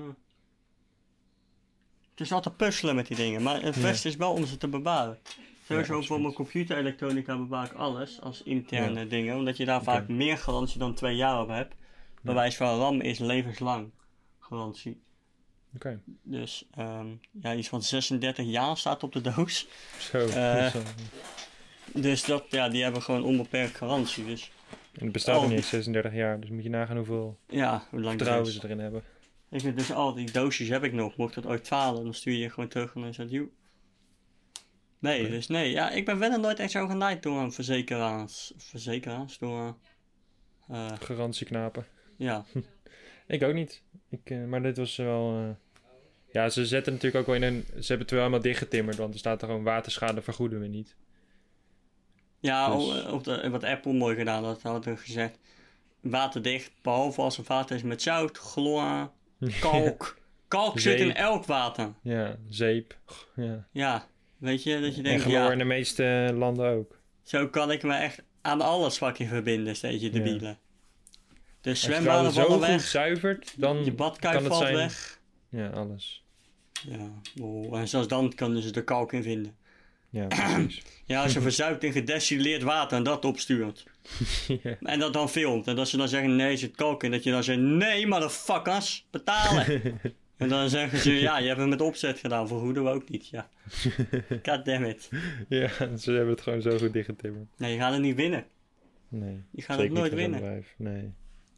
Het is altijd puzzelen met die dingen, maar het beste is wel om ze te bewaren. Sowieso voor mijn computerelektronica bewaar ik alles als interne dingen, omdat je daar vaak meer garantie dan 2 jaar op hebt. Bewijs van RAM is levenslang garantie. Dus iets van 36 jaar staat op de doos. Zo. Dus die hebben gewoon onbeperkt garantie. Dus. En het bestaat nog niet 36 jaar, dus moet je nagaan hoeveel hoe lang vertrouwen ze erin hebben. Ik heb dus al die doosjes heb ik nog. Mocht dat ooit falen, dan stuur je gewoon terug en dan zegt Nee, dus nee. Ja, ik ben verder nooit echt zo genaaid door een verzekeraars, door... Garantieknapen. Ja. Ik ook niet. Maar dit was wel... Ja, ze zetten natuurlijk ook wel ze hebben het wel helemaal dichtgetimmerd, want er staat er gewoon waterschade vergoeden we niet. Ja, dus... wat Apple mooi gedaan had, hadden we gezegd. Waterdicht, behalve als het water is met zout, chloor, kalk. Kalk zit in elk water. Ja, zeep. Ja, weet je, dat je denkt... En chloor in de meeste landen ook. Zo kan ik me echt aan alles fucking verbinden, steeds je debielen. Ja. Dus zwembaden vallen weg. Goed zuivert, dan je badkuip valt zijn... weg. Ja, alles. Ja, en zelfs dan kunnen ze er kalk in vinden. Ja, precies. Ja, als je verzuipt in gedestilleerd water en dat opstuurt. Ja. En dat dan filmt. En dat ze dan zeggen, nee, zit kalk in. Dat je dan zegt, nee, motherfuckers, betalen. En dan zeggen ze, ja, je hebt het met opzet gedaan. Vergoeden we ook niet, ja. God damn it. Ja, ze hebben het gewoon zo goed dichtgetimmerd. Nee, je gaat het niet winnen. Nee. Je gaat het nooit winnen. Nee.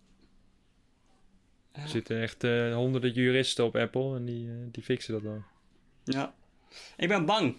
Er zitten echt honderden juristen op Apple en die fixen dat wel. Ja. Ik ben bang.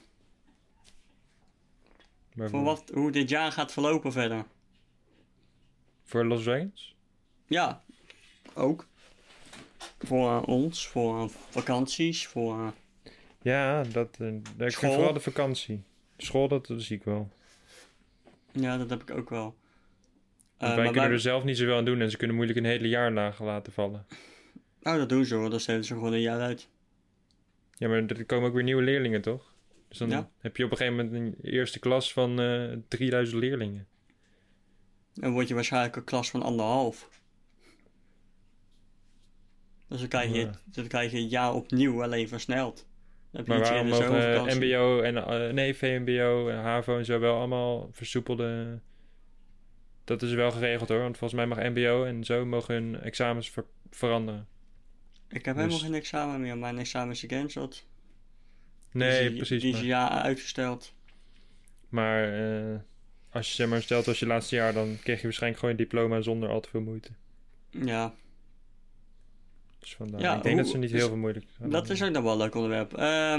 Voor hoe dit jaar gaat verlopen verder. Voor Las Vegas? Ja, ook. Voor ons, voor vakanties, voor... Ja, ik vind vooral de vakantie. School, dat zie ik wel. Ja, dat heb ik ook wel. Wij kunnen er zelf niet zoveel aan doen en ze kunnen moeilijk een hele jaar laten vallen. Oh, dat doen ze hoor. Dat stellen ze gewoon een jaar uit. Ja, maar er komen ook weer nieuwe leerlingen, toch? Dus dan heb je op een gegeven moment een eerste klas van 3000 leerlingen. Dan word je waarschijnlijk een klas van 1,5. Dus dan krijg je het jaar opnieuw, alleen versneld. Dan heb je maar waarom mogen mbo en VMBO, HAVO en zo wel allemaal versoepelde... Dat is wel geregeld hoor, want volgens mij mag mbo en zo mogen hun examens veranderen. Ik heb helemaal geen examen meer. Mijn examen is gecanceld. Nee, precies. Die is een jaar uitgesteld. Maar als je stelt als je laatste jaar, dan kreeg je waarschijnlijk gewoon een diploma zonder al te veel moeite. Ja. Dus vandaar. Ja, ik denk dat ze niet heel veel moeilijk gaan. Dat is ook nog wel een leuk onderwerp.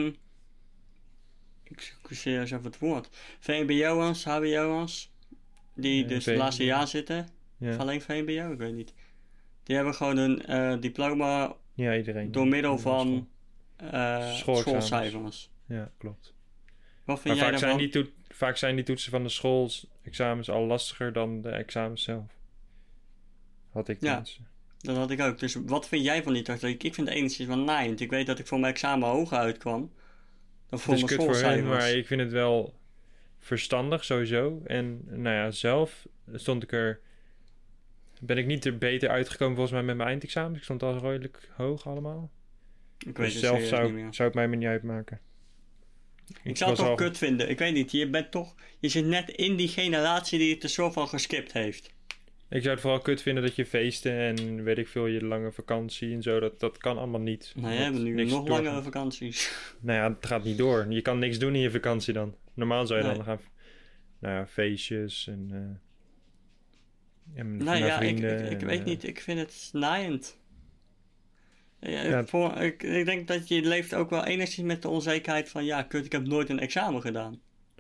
Ik excuseer eens even het woord. VMBO'ers, HBO'ers, die dus het laatste jaar zitten. Ja. Of alleen VMBO, ik weet niet. Die hebben gewoon een diploma iedereen. Door middel van schoolcijfers. Ja, klopt. Wat vind jij daarvan? Vaak zijn die toetsen van de schoolexamens al lastiger dan de examens zelf. Had ik tenminste. Dat had ik ook. Dus wat vind jij van die tactiek? Ik vind het enigszins wel naaiend. Ik weet dat ik voor mijn examen hoger uitkwam dan voor mijn schoolcijfers. Voor hen, maar ik vind het wel verstandig sowieso. En nou ja, zelf ben ik niet er beter uitgekomen volgens mij met mijn eindexamen. Ik stond al redelijk hoog allemaal. Ik weet dus zelf zou het mij maar niet uitmaken. Ik zou het toch kut vinden. Ik weet niet. Je zit net in die generatie die het er zo van geskipt heeft. Ik zou het vooral kut vinden dat je feesten en weet ik veel, je lange vakantie en zo. Dat kan allemaal niet. Nou, je hebt nu nog langere vakanties. Nou ja, het gaat niet door. Je kan niks doen in je vakantie dan. Normaal zou je dan gaan... Nou ja, feestjes en vrienden. Ik weet niet. Ik vind het naaiend. Ik denk dat je leeft ook wel enigszins met de onzekerheid van... Ja, kut, ik heb nooit een examen gedaan.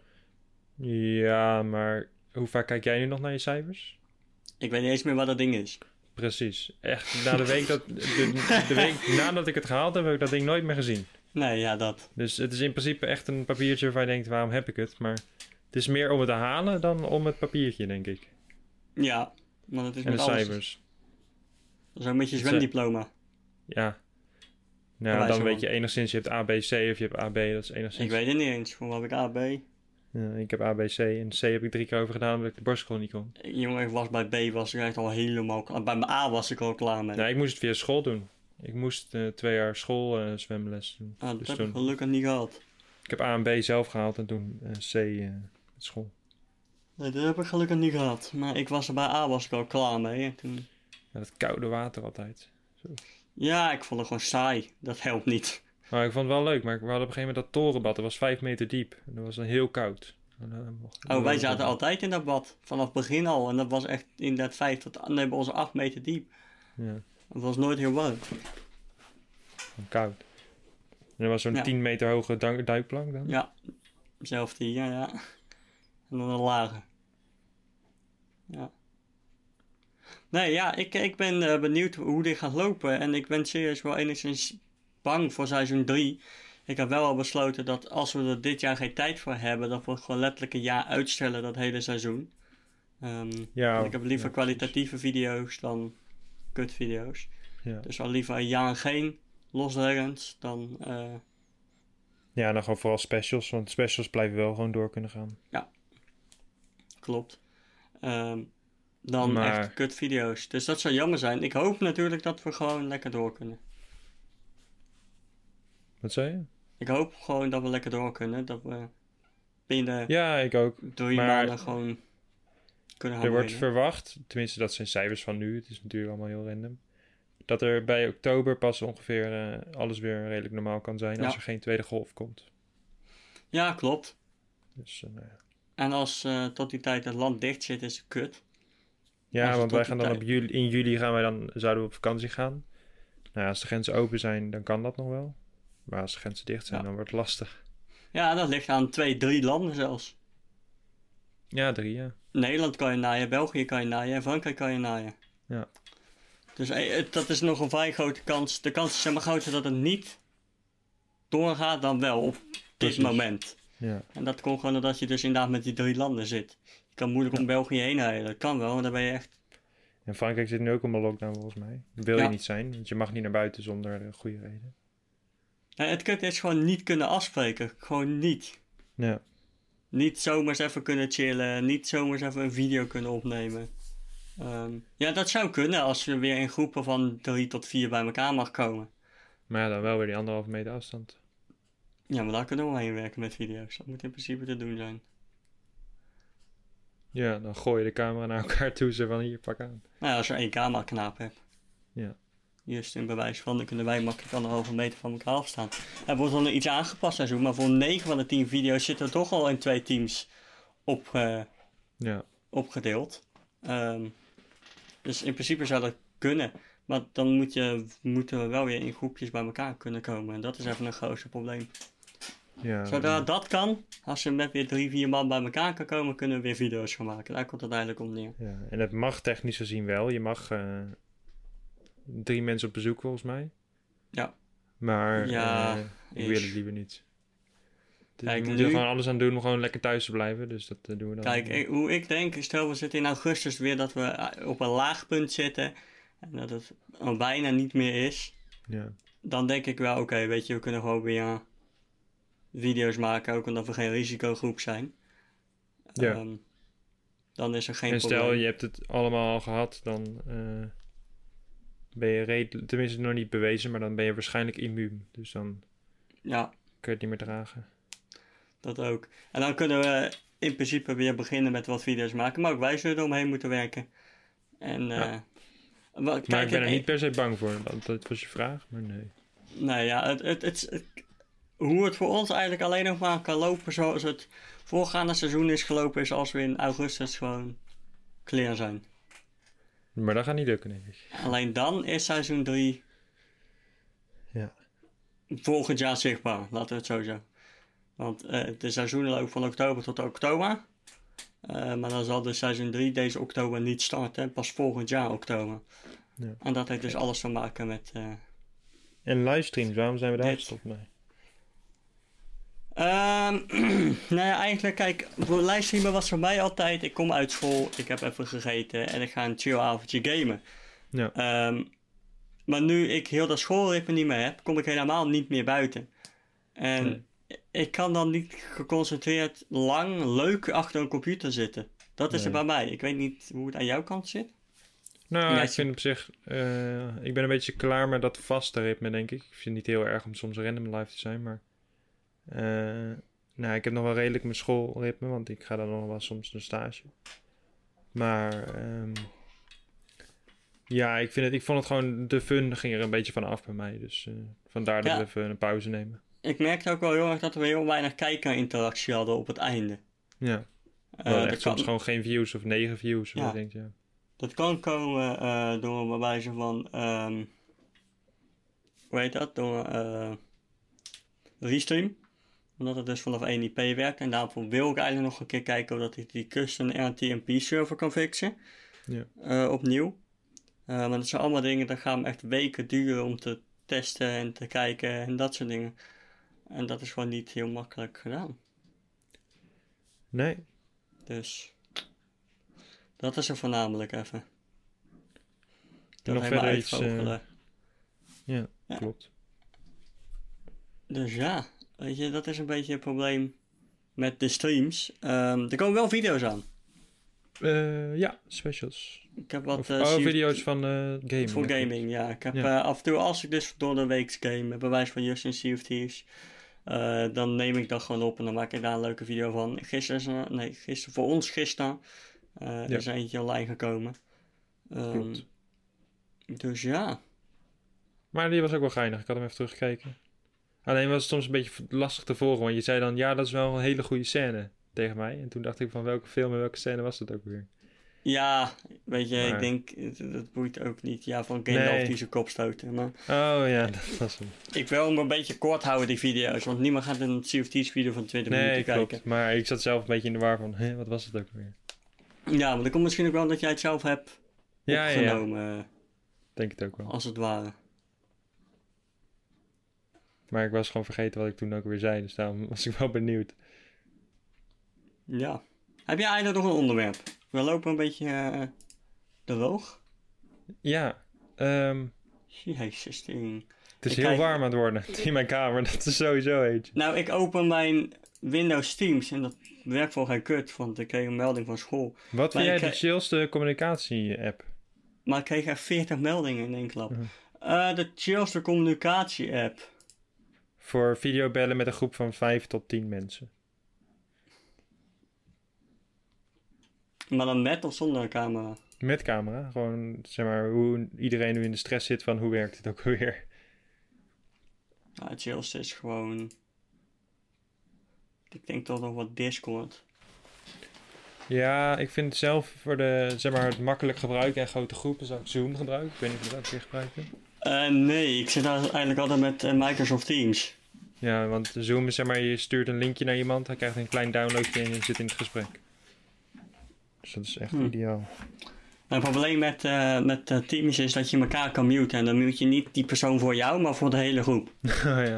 Ja, maar hoe vaak kijk jij nu nog naar je cijfers? Ik weet niet eens meer wat dat ding is. Precies. Echt, na de week nadat ik het gehaald heb ik dat ding nooit meer gezien. Nee, ja, dat. Dus het is in principe echt een papiertje waarvan je denkt, waarom heb ik het? Maar het is meer om het te halen dan om het papiertje, denk ik. Ja, maar dat is en met de alles. cijfers. Dat is ook met je zwemdiploma. Ja. Nou, dan weet je enigszins, je hebt A, B, C of je hebt AB, dat is enigszins... Ik weet het niet eens. Hoe heb ik AB? Ja, ik heb A, B, C en C heb ik 3 keer over gedaan omdat ik de borstschool niet kon. Jongen, ik was bij B was ik echt al helemaal klaar. Bij mijn A was ik al klaar met. Nee, ik moest het via school doen. Ik moest 2 jaar school zwemles doen. Dat dus heb ik gelukkig niet gehad. Ik heb A en B zelf gehaald en toen C met school. Nee, dat heb ik gelukkig niet gehad. Maar ik was er bij A was ik al klaar mee. En toen... Ja, dat koude water altijd. Zo. Ja, ik vond het gewoon saai. Dat helpt niet. Maar ik vond het wel leuk. Maar we hadden op een gegeven moment dat torenbad. Dat was 5 meter diep. En dat was dan heel koud. Wij zaten altijd in dat bad. Vanaf het begin al. En dat was echt in dat 5 tot... Nee, bij ons 8 meter diep. Ja. Het was nooit heel warm. Koud. En er was zo'n 10 meter hoge duikplank dan? Ja. Zelfde hier, ja. En dan een lage. Ja. Nee, ja, ik ben benieuwd hoe dit gaat lopen. En ik ben serieus wel enigszins bang voor seizoen 3. Ik heb wel al besloten dat als we er dit jaar geen tijd voor hebben, dat we gewoon letterlijk een jaar uitstellen, dat hele seizoen. Ik heb liever kwalitatieve video's dan kutvideo's. Ja. Dus al liever een jaar geen Lost Dragons dan... Ja, dan gewoon vooral specials, want specials blijven wel gewoon door kunnen gaan. Ja, klopt. Dan echt kutvideo's. Dus dat zou jammer zijn. Ik hoop natuurlijk dat we gewoon lekker door kunnen. Wat zei je? Ik hoop gewoon dat we lekker door kunnen. Dat we binnen ik ook. 3 maanden gewoon kunnen gaan Er wordt beginnen. verwacht, tenminste dat zijn cijfers van nu, het is natuurlijk allemaal heel random, dat er bij oktober pas ongeveer alles weer redelijk normaal kan zijn als er geen tweede golf komt. Ja, klopt. Dus, En als tot die tijd het land dicht zit, is het kut. Ja, want wij gaan dan in juli zouden we op vakantie gaan. Nou ja, als de grenzen open zijn, dan kan dat nog wel. Maar als de grenzen dicht zijn, dan wordt het lastig. Ja, dat ligt aan 2, 3 landen zelfs. Ja, 3, ja. Nederland kan je naaien, België kan je naaien en Frankrijk kan je naaien. Ja. Dus dat is nog een vrij grote kans. De kans is zeg maar groter dat het niet doorgaat dan wel op dit moment. Ja. En dat komt gewoon doordat je dus inderdaad met die 3 landen zit. Je kan moeilijk om België heen rijden. Dat kan wel, maar dan ben je echt... En Frankrijk zit nu ook op een lockdown volgens mij. Dat wil je niet zijn, want je mag niet naar buiten zonder goede reden. Ja, het kut is gewoon niet kunnen afspreken. Gewoon niet. Ja. Niet zomaar eens even kunnen chillen. Niet zomaar eens even een video kunnen opnemen. Ja, dat zou kunnen als je weer in groepen van 3 tot 4 bij elkaar mag komen. Maar ja, dan wel weer die 1,5 meter afstand. Ja, maar daar kunnen we omheen werken met video's. Dat moet in principe te doen zijn. Ja, dan gooi je de camera naar elkaar toe, zo van hier, pak aan. Nou ja, als je 1 cameraknaap hebt. Ja. Juist in bewijs van, dan kunnen wij makkelijk 1,5 meter van elkaar afstaan. Er wordt dan iets aangepast en zo, maar voor 9 van de 10 video's zitten er toch al in 2 teams opgedeeld. Dus in principe zou dat kunnen. Maar dan moeten we wel weer in groepjes bij elkaar kunnen komen. En dat is even een grootste probleem. Ja, Zodra dat kan, als je met weer 3, 4 man bij elkaar kan komen, kunnen we weer video's gaan maken. Daar komt het eigenlijk om neer. Ja, en het mag technisch gezien wel. Je mag 3 mensen op bezoek volgens mij. Ja. Maar ik wil het liever niet. Dus Kijk, we moeten er gewoon alles aan doen om gewoon lekker thuis te blijven. Dus dat doen we dan. Kijk, hoe ik denk, stel we zitten in augustus weer dat we op een laag punt zitten. En dat het al bijna niet meer is. Ja. Dan denk ik wel, oké, weet je, we kunnen gewoon weer video's maken. Ook omdat we geen risicogroep zijn. Ja. Dan is er geen en probleem. stel je hebt het allemaal al gehad, dan ben je tenminste nog niet bewezen, maar dan ben je waarschijnlijk immuun. Dus dan kun je het niet meer dragen. Dat ook. En dan kunnen we in principe weer beginnen met wat video's maken. Maar ook wij zullen er omheen moeten werken. En, maar kijk, ik ben er niet per se bang voor. Dat was je vraag, maar nee. Nou ja, hoe het voor ons eigenlijk alleen nog maar kan lopen zoals het voorgaande seizoen is gelopen, is als we in augustus gewoon clear zijn. Maar dat gaat niet lukken, denk ik. Alleen dan is seizoen 3 volgend jaar zichtbaar, laten we het zo zeggen. Want de seizoenen lopen van oktober tot oktober. Maar dan zal de seizoen 3 deze oktober niet starten, pas volgend jaar oktober. Ja. En dat heeft dus alles te maken met... En livestreams, waarom zijn we daar gestopt mee? Nou ja, eigenlijk, kijk, voor livestreamen was voor mij altijd... Ik kom uit school, ik heb even gegeten en ik ga een chill avondje gamen. Ja. Maar nu ik heel dat schoolritme niet meer heb, kom ik helemaal niet meer buiten. En ik kan dan niet geconcentreerd lang leuk achter een computer zitten. Dat is er bij mij. Ik weet niet hoe het aan jouw kant zit. Nou, ik vind op zich... ik ben een beetje klaar met dat vaste ritme, denk ik. Ik vind het niet heel erg om soms random live te zijn, maar... ik heb nog wel redelijk mijn schoolritme, want ik ga dan nog wel soms naar stage. Maar... ik vond het gewoon... De fun ging er een beetje van af bij mij. Dus vandaar dat we even een pauze nemen. Ik merkte ook wel heel erg dat we heel weinig kijkerinteractie hadden op het einde. Ja. Echt soms gewoon geen views of 9 views. Of denk je. Dat kan komen door bij wijze van... hoe heet dat? Door restream. Omdat het dus vanaf 1 IP werkt. En daarvoor wil ik eigenlijk nog een keer kijken... of dat ik die custom RTMP server kan fixen. Ja. Opnieuw. Maar dat zijn allemaal dingen... dat gaan echt weken duren om te testen en te kijken... en dat soort dingen. En dat is gewoon niet heel makkelijk gedaan. Nee. Dus... dat is er voornamelijk even. Dat nog verder iets... Ja, klopt. Dus ja, weet je, dat is een beetje het probleem met de streams. Er komen wel video's aan. Ja, specials. Ik heb wat... video's van gaming. Voor gaming, ja. Ik heb af en toe, als ik dus door de week game, bij wijze van Justin Sea of Thieves, dan neem ik dat gewoon op en dan maak ik daar een leuke video van. Gisteren voor ons gisteren is er eentje online gekomen. Dus ja. Maar die was ook wel geinig. Ik had hem even teruggekeken. Alleen was het soms een beetje lastig te volgen. Want je zei dan, ja, dat is wel een hele goede scène tegen mij. En toen dacht ik van welke film en welke scène was dat ook weer? Ja, weet je, ik denk, dat boeit ook niet. Ja, van Gandalf die zijn kop stoten. Maar oh ja, dat was hem. Ik wil hem een beetje kort houden, die video's. Want niemand gaat een Sea of Thieves video van 20 minuten kijken. Klopt. Maar ik zat zelf een beetje in de war van, wat was het ook weer? Ja, maar dat komt misschien ook wel dat jij het zelf hebt opgenomen. Ja. Denk het ook wel. Als het ware. Maar ik was gewoon vergeten wat ik toen ook weer zei. Dus daarom was ik wel benieuwd. Ja. Heb jij eigenlijk nog een onderwerp? We lopen een beetje de loog. Ja. Jezus, ding. Het is heel warm aan het worden in mijn kamer. Dat is sowieso eentje. Nou, ik open mijn Windows Teams en dat werkt voor geen kut. Want ik kreeg een melding van school. Wat vind jij de chillste communicatie-app? Maar ik kreeg echt 40 meldingen in één klap. De chillste communicatie-app. Voor videobellen met een groep van 5 tot 10 mensen. Maar dan met of zonder camera? Met camera. Gewoon, zeg maar, hoe iedereen nu in de stress zit van hoe werkt het ook weer. Nou, het chillste is gewoon... ik denk toch nog wat Discord. Ja, ik vind zelf voor de, zeg maar, het makkelijk gebruiken en grote groepen zou ik Zoom gebruiken. Ik weet niet of je dat een keer gebruikt hebt. Nee, ik zit eigenlijk altijd met Microsoft Teams. Ja, want Zoom is, zeg maar, je stuurt een linkje naar iemand, hij krijgt een klein downloadje en je zit in het gesprek. Dus dat is echt ideaal. Het probleem met Teams is dat je elkaar kan muten. En dan mute je niet die persoon voor jou, maar voor de hele groep. Oh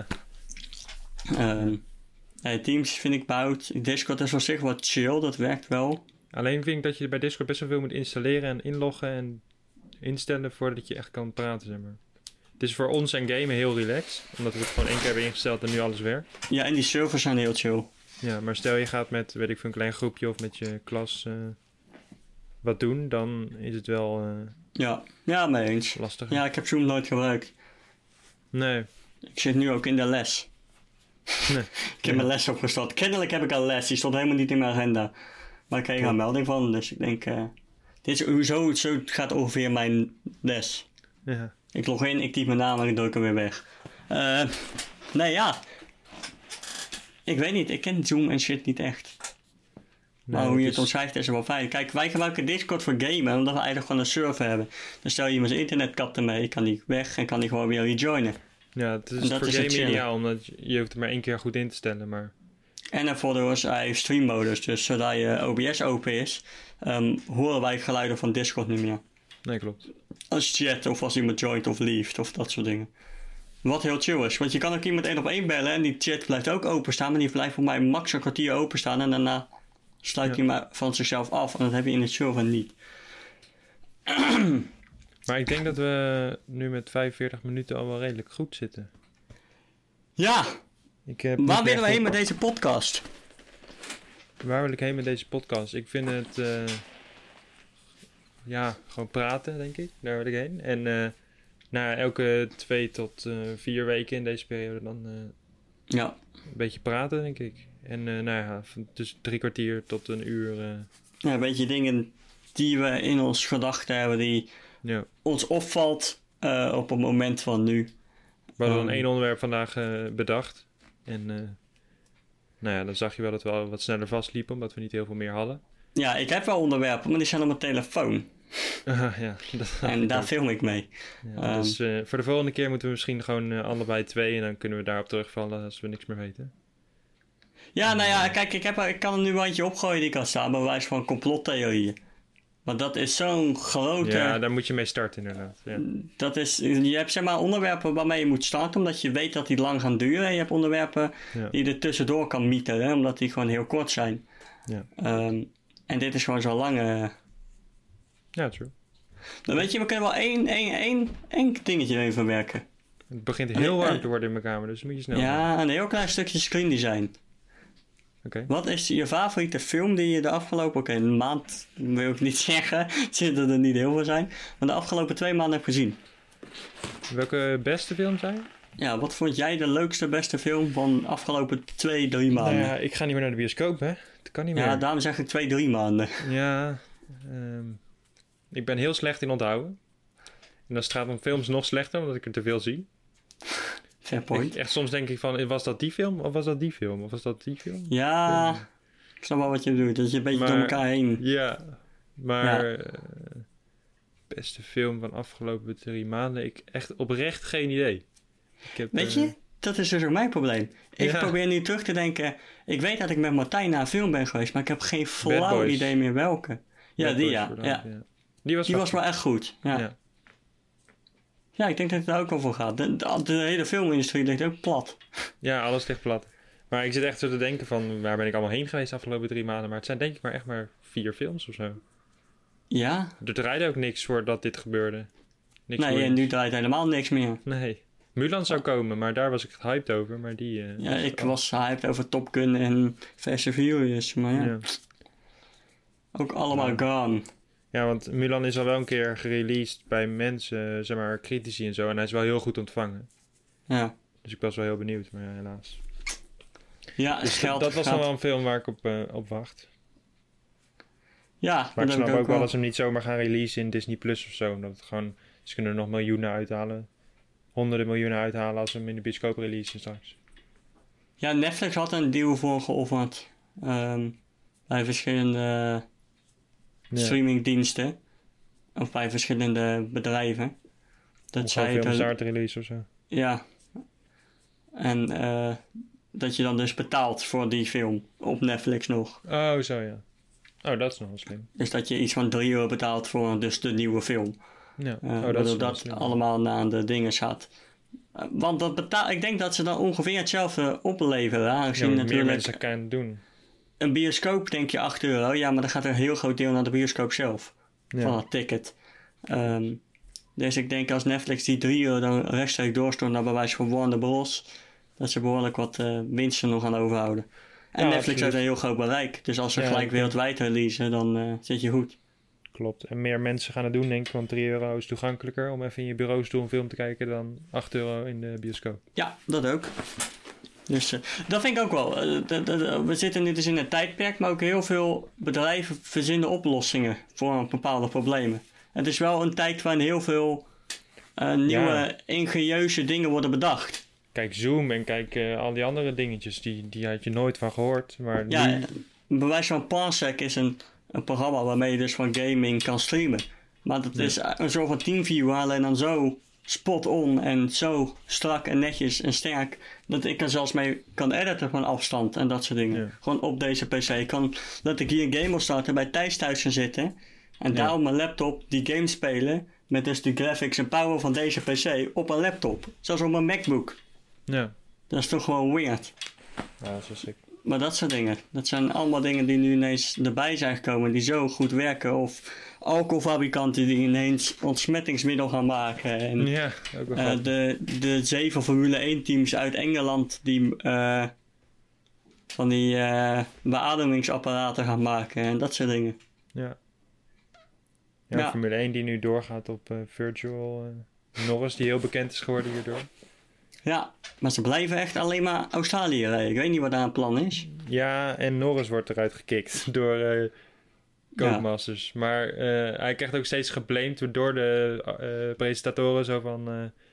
ja. Teams vind ik behoud. Discord is op zich wat chill, dat werkt wel. Alleen vind ik dat je bij Discord best wel veel moet installeren en inloggen en instellen voordat je echt kan praten, zeg maar. Het is voor ons en gamen heel relaxed, omdat we het gewoon 1 keer hebben ingesteld en nu alles werkt. Ja, en die servers zijn heel chill. Ja, maar stel je gaat met, weet ik veel, een klein groepje of met je klas wat doen, dan is het wel ja, mee eens. Lastig. Ja, ik heb Zoom nooit gebruikt. Nee. Ik zit nu ook in de les. Nee. Ik heb mijn les opgestart. Kennelijk heb ik al les, die stond helemaal niet in mijn agenda. Maar ik kreeg er een melding van, dus ik denk... dit is zo gaat ongeveer mijn les. Ja. Ik log in, ik typ mijn naam en ik druk hem weer weg. Nee, ja. Ik weet niet, ik ken Zoom en shit niet echt. Nee, maar hoe je het omschrijft is er wel fijn. Kijk, wij gebruiken Discord voor gamen, omdat we eigenlijk gewoon een server hebben. Dan stel je met zijn internet kapt ermee, kan die weg en kan die gewoon weer rejoinen. Ja, het is voor gamen ideaal, omdat je hoeft er maar 1 keer goed in te stellen, maar... En daarvoor is hij streammodus, dus zodra je OBS open is, horen wij geluiden van Discord niet meer. Nee, klopt. Als je chat of als iemand joint of leaft of dat soort dingen. Wat heel chill is, want je kan ook iemand 1 op 1 bellen en die chat blijft ook openstaan, maar die blijft voor mij max een kwartier openstaan en daarna sluit hij maar van zichzelf af en dat heb je in het server niet. Maar ik denk dat we nu met 45 minuten al wel redelijk goed zitten. Ja! Waar willen we heen met deze podcast? Waar wil ik heen met deze podcast? Ik vind het... gewoon praten, denk ik. Daar wil ik heen. En elke 2 tot 4 weken in deze periode dan... een beetje praten, denk ik. En dus 3 kwartier tot 1 uur. Een beetje dingen die we in ons gedachten hebben, die ons opvalt op het moment van nu. We hadden dan 1 onderwerp vandaag bedacht. En nou ja, dan zag je wel dat we wel wat sneller vastliepen, omdat we niet heel veel meer hadden. Ja, ik heb wel onderwerpen, maar die zijn op mijn telefoon. Ja, en daar film ik mee. Ja, dus voor de volgende keer moeten we misschien gewoon allebei 2 en dan kunnen we daarop terugvallen als we niks meer weten. Ja, nou ja, kijk, ik kan er nu een eentje opgooien die kan staan, bij wijze van complottheorieën. Want dat is zo'n grote... Ja, daar moet je mee starten inderdaad. Ja. Je hebt zeg maar onderwerpen waarmee je moet starten, omdat je weet dat die lang gaan duren. En je hebt onderwerpen die er tussendoor kan mieteren, omdat die gewoon heel kort zijn. Ja. En dit is gewoon zo lang... Ja, true. Dan weet je, we kunnen wel één dingetje even verwerken. Het begint heel warm te worden in mijn kamer, dus moet je snel. Ja, een heel klein stukje screen design. Okay. Wat is je favoriete film die je de afgelopen maand, wil ik niet zeggen, zitten er niet heel veel zijn, maar de afgelopen 2 maanden hebt gezien? Welke beste film zijn? Ja, wat vond jij de leukste, beste film van de afgelopen 2-3 maanden? Nou ja, ik ga niet meer naar de bioscoop, hè. Dat kan niet meer. Ja, daarom zeg ik 2-3 maanden. Ja, ik ben heel slecht in onthouden. En dan gaat mijn films nog slechter, omdat ik er te veel zie. Fair point. Echt soms denk ik van, was dat die film? Of was dat die film? Of was dat die film? Ja, ik snap wel wat je bedoelt. Dat je een beetje door elkaar heen... Ja, maar... beste film van afgelopen 3 maanden. Ik echt oprecht geen idee. Weet je, dat is dus ook mijn probleem. Ik probeer nu terug te denken. Ik weet dat ik met Martijn naar een film ben geweest, maar ik heb geen flauw idee meer welke. Ja, Bad die Boys, ja. Die was wel echt goed. Ja, ik denk dat het daar ook over gaat. De hele filmindustrie ligt ook plat. Ja, alles ligt plat. Maar ik zit echt zo te denken van, waar ben ik allemaal heen geweest de afgelopen 3 maanden? Maar het zijn denk ik echt maar 4 films of zo. Ja? Er draaide ook niks voordat dit gebeurde. Niks nee, en nu draait helemaal niks meer. Nee. Mulan zou komen, maar daar was ik hyped over. Maar die... ik was hyped over Top Gun en Fast and Furious, maar ja. Ook allemaal gone. Ja, want Mulan is al wel een keer gereleased bij mensen, zeg maar, critici en zo. En hij is wel heel goed ontvangen. Ja. Dus ik was wel heel benieuwd, maar ja, helaas. Ja, dus dat was nog wel een film waar ik op wacht. Ja, maar ik snap ook wel dat ze hem niet zomaar gaan releasen in Disney Plus of zo. Omdat het gewoon, ze kunnen er nog miljoenen uithalen. Honderden miljoenen uithalen als ze hem in de bioscoop releasen straks. Ja, Netflix had een deal voor geofferd. Bij verschillende streamingdiensten. Of bij verschillende bedrijven. Dat zij films daar te release of zo. Ja. En dat je dan dus betaalt voor die film op Netflix nog. Oh, zo ja. Oh, dat is nog wel slim. Dus dat je iets van €3 betaalt voor dus de nieuwe film. Ja. Dat allemaal aan de dingen gaat. Want ik denk dat ze dan ongeveer hetzelfde opleveren. Aangezien ja, natuurlijk meer mensen kan doen. Een bioscoop denk je €8. Ja, maar dan gaat er een heel groot deel naar de bioscoop zelf. Van het ticket. Dus ik denk als Netflix die €3 dan rechtstreeks doorstort naar bij wijze van Warner Bros. Dat ze behoorlijk wat winsten nog aan overhouden. En Netflix heeft een heel groot bereik. Dus als ze gelijk wereldwijd releasen, dan zit je goed. Klopt. En meer mensen gaan het doen, denk ik. Want €3 is toegankelijker om even in je bureaustoel een film te kijken dan €8 in de bioscoop. Ja, dat ook. Dus dat vind ik ook wel. We zitten nu dus in een tijdperk, maar ook heel veel bedrijven verzinnen oplossingen voor bepaalde problemen. Het is wel een tijd waarin heel veel nieuwe ingenieuze dingen worden bedacht. Kijk Zoom en kijk al die andere dingetjes, die had je nooit van gehoord. Maar ja, bij wijze van Parsec is een programma waarmee je dus van gaming kan streamen. Maar dat is een soort van TeamViewer, alleen dan zo spot on en zo strak en netjes en sterk dat ik er zelfs mee kan editen van afstand en dat soort dingen. Ja. Gewoon op deze PC. Dat ik hier een game wil starten, bij Thijs thuis gaan zitten en daar op mijn laptop die game spelen met dus de graphics en power van deze PC op een laptop. Zoals op mijn MacBook. Ja. Dat is toch gewoon weird. Ja, dat is wel sick. Maar dat soort dingen. Dat zijn allemaal dingen die nu ineens erbij zijn gekomen. Die zo goed werken. Of alcoholfabrikanten die ineens ontsmettingsmiddel gaan maken. En, ja, ook wel de 7 Formule 1 teams uit Engeland die van die beademingsapparaten gaan maken. En dat soort dingen. Ja, Formule 1 die nu doorgaat op Virtual Norris die heel bekend is geworden hierdoor. Ja, maar ze blijven echt alleen maar Australië rijden. Ik weet niet wat daar een plan is. Ja, en Norris wordt eruit gekikt door Codemasters. Ja. Maar hij krijgt ook steeds geblamed door de presentatoren. Zo van,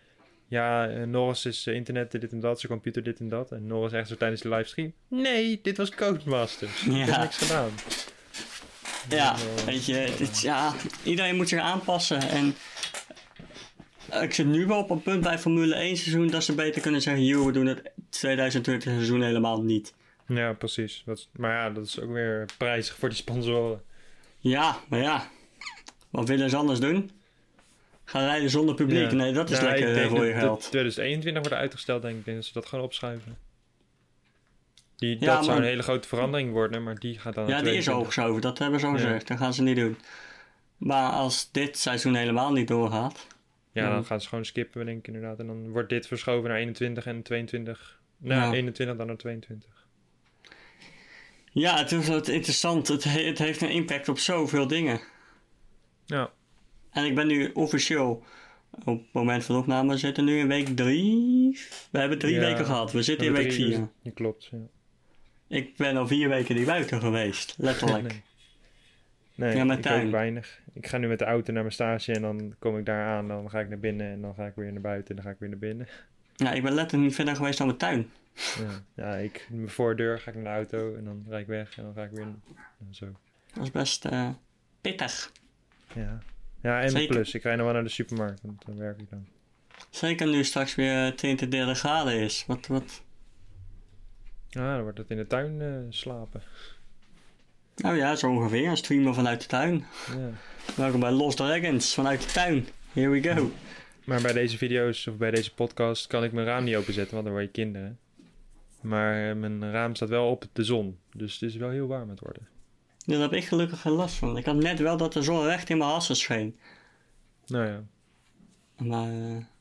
Norris is internet dit en dat, zijn computer dit en dat. En Norris echt zo tijdens de livestream. Nee, dit was Codemasters. Ik heb niks gedaan. Ja, weet je, iedereen moet zich aanpassen. En ik zit nu wel op een punt bij Formule 1 seizoen dat ze beter kunnen zeggen, we doen het 2020 seizoen helemaal niet. Ja, precies. Dat is ook weer prijzig voor die sponsoren. Ja, maar wat willen ze anders doen? Gaan rijden zonder publiek? Ja. Nee, dat is lekker voor je geld. 2021 wordt uitgesteld, denk ik. Ik denk dat ze dat gewoon opschuiven. Dat zou een hele grote verandering worden, maar die gaat dan... Ja, die is al opgeschoven. Dat hebben ze al gezegd. Dat gaan ze niet doen. Maar als dit seizoen helemaal niet doorgaat... Ja, dan gaan ze gewoon skippen, denk ik inderdaad. En dan wordt dit verschoven naar 21 en 22. 21 dan naar 22. Ja, het is wat interessant. Het heeft een impact op zoveel dingen. Ja. En ik ben nu officieel... Op het moment van opname zitten nu in week 3. We hebben 3 weken gehad. We zitten in week 4. Dat klopt, ja. Ik ben al 4 weken niet buiten geweest. Letterlijk. Nee, ik ook weinig. Ik ga nu met de auto naar mijn stage en dan kom ik daar aan. Dan ga ik naar binnen en dan ga ik weer naar buiten en dan ga ik weer naar binnen. Ja, ik ben letterlijk niet verder geweest dan mijn tuin. Ja, mijn voordeur ga ik naar de auto en dan rijd ik weg en dan ga ik weer zo. Dat is best pittig. Ja, en zeker. Plus, ik rijd nog wel naar de supermarkt, want dan werk ik dan. Zeker nu straks weer 20 graden is. Wat? Ja, dan wordt het in de tuin slapen. Nou ja, zo ongeveer. Een streamer vanuit de tuin. Ja. Welkom bij Lost Dragons vanuit de tuin. Here we go. Maar bij deze video's of bij deze podcast kan ik mijn raam niet openzetten, want dan word je kinderen. Maar mijn raam staat wel op de zon, dus het is wel heel warm aan het worden. Daar heb ik gelukkig geen last van. Ik had net wel dat de zon recht in mijn hassen scheen. Nou ja. Maar...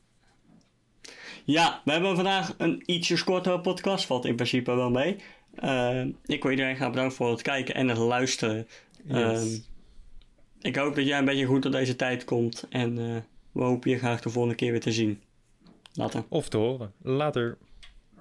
Ja, we hebben vandaag een ietsje kortere podcast. Valt in principe wel mee. Ik wil iedereen gaan bedanken voor het kijken en het luisteren. Yes. Ik hoop dat jij een beetje goed door deze tijd komt. En we hopen je graag de volgende keer weer te zien. Later. Of te horen. Later.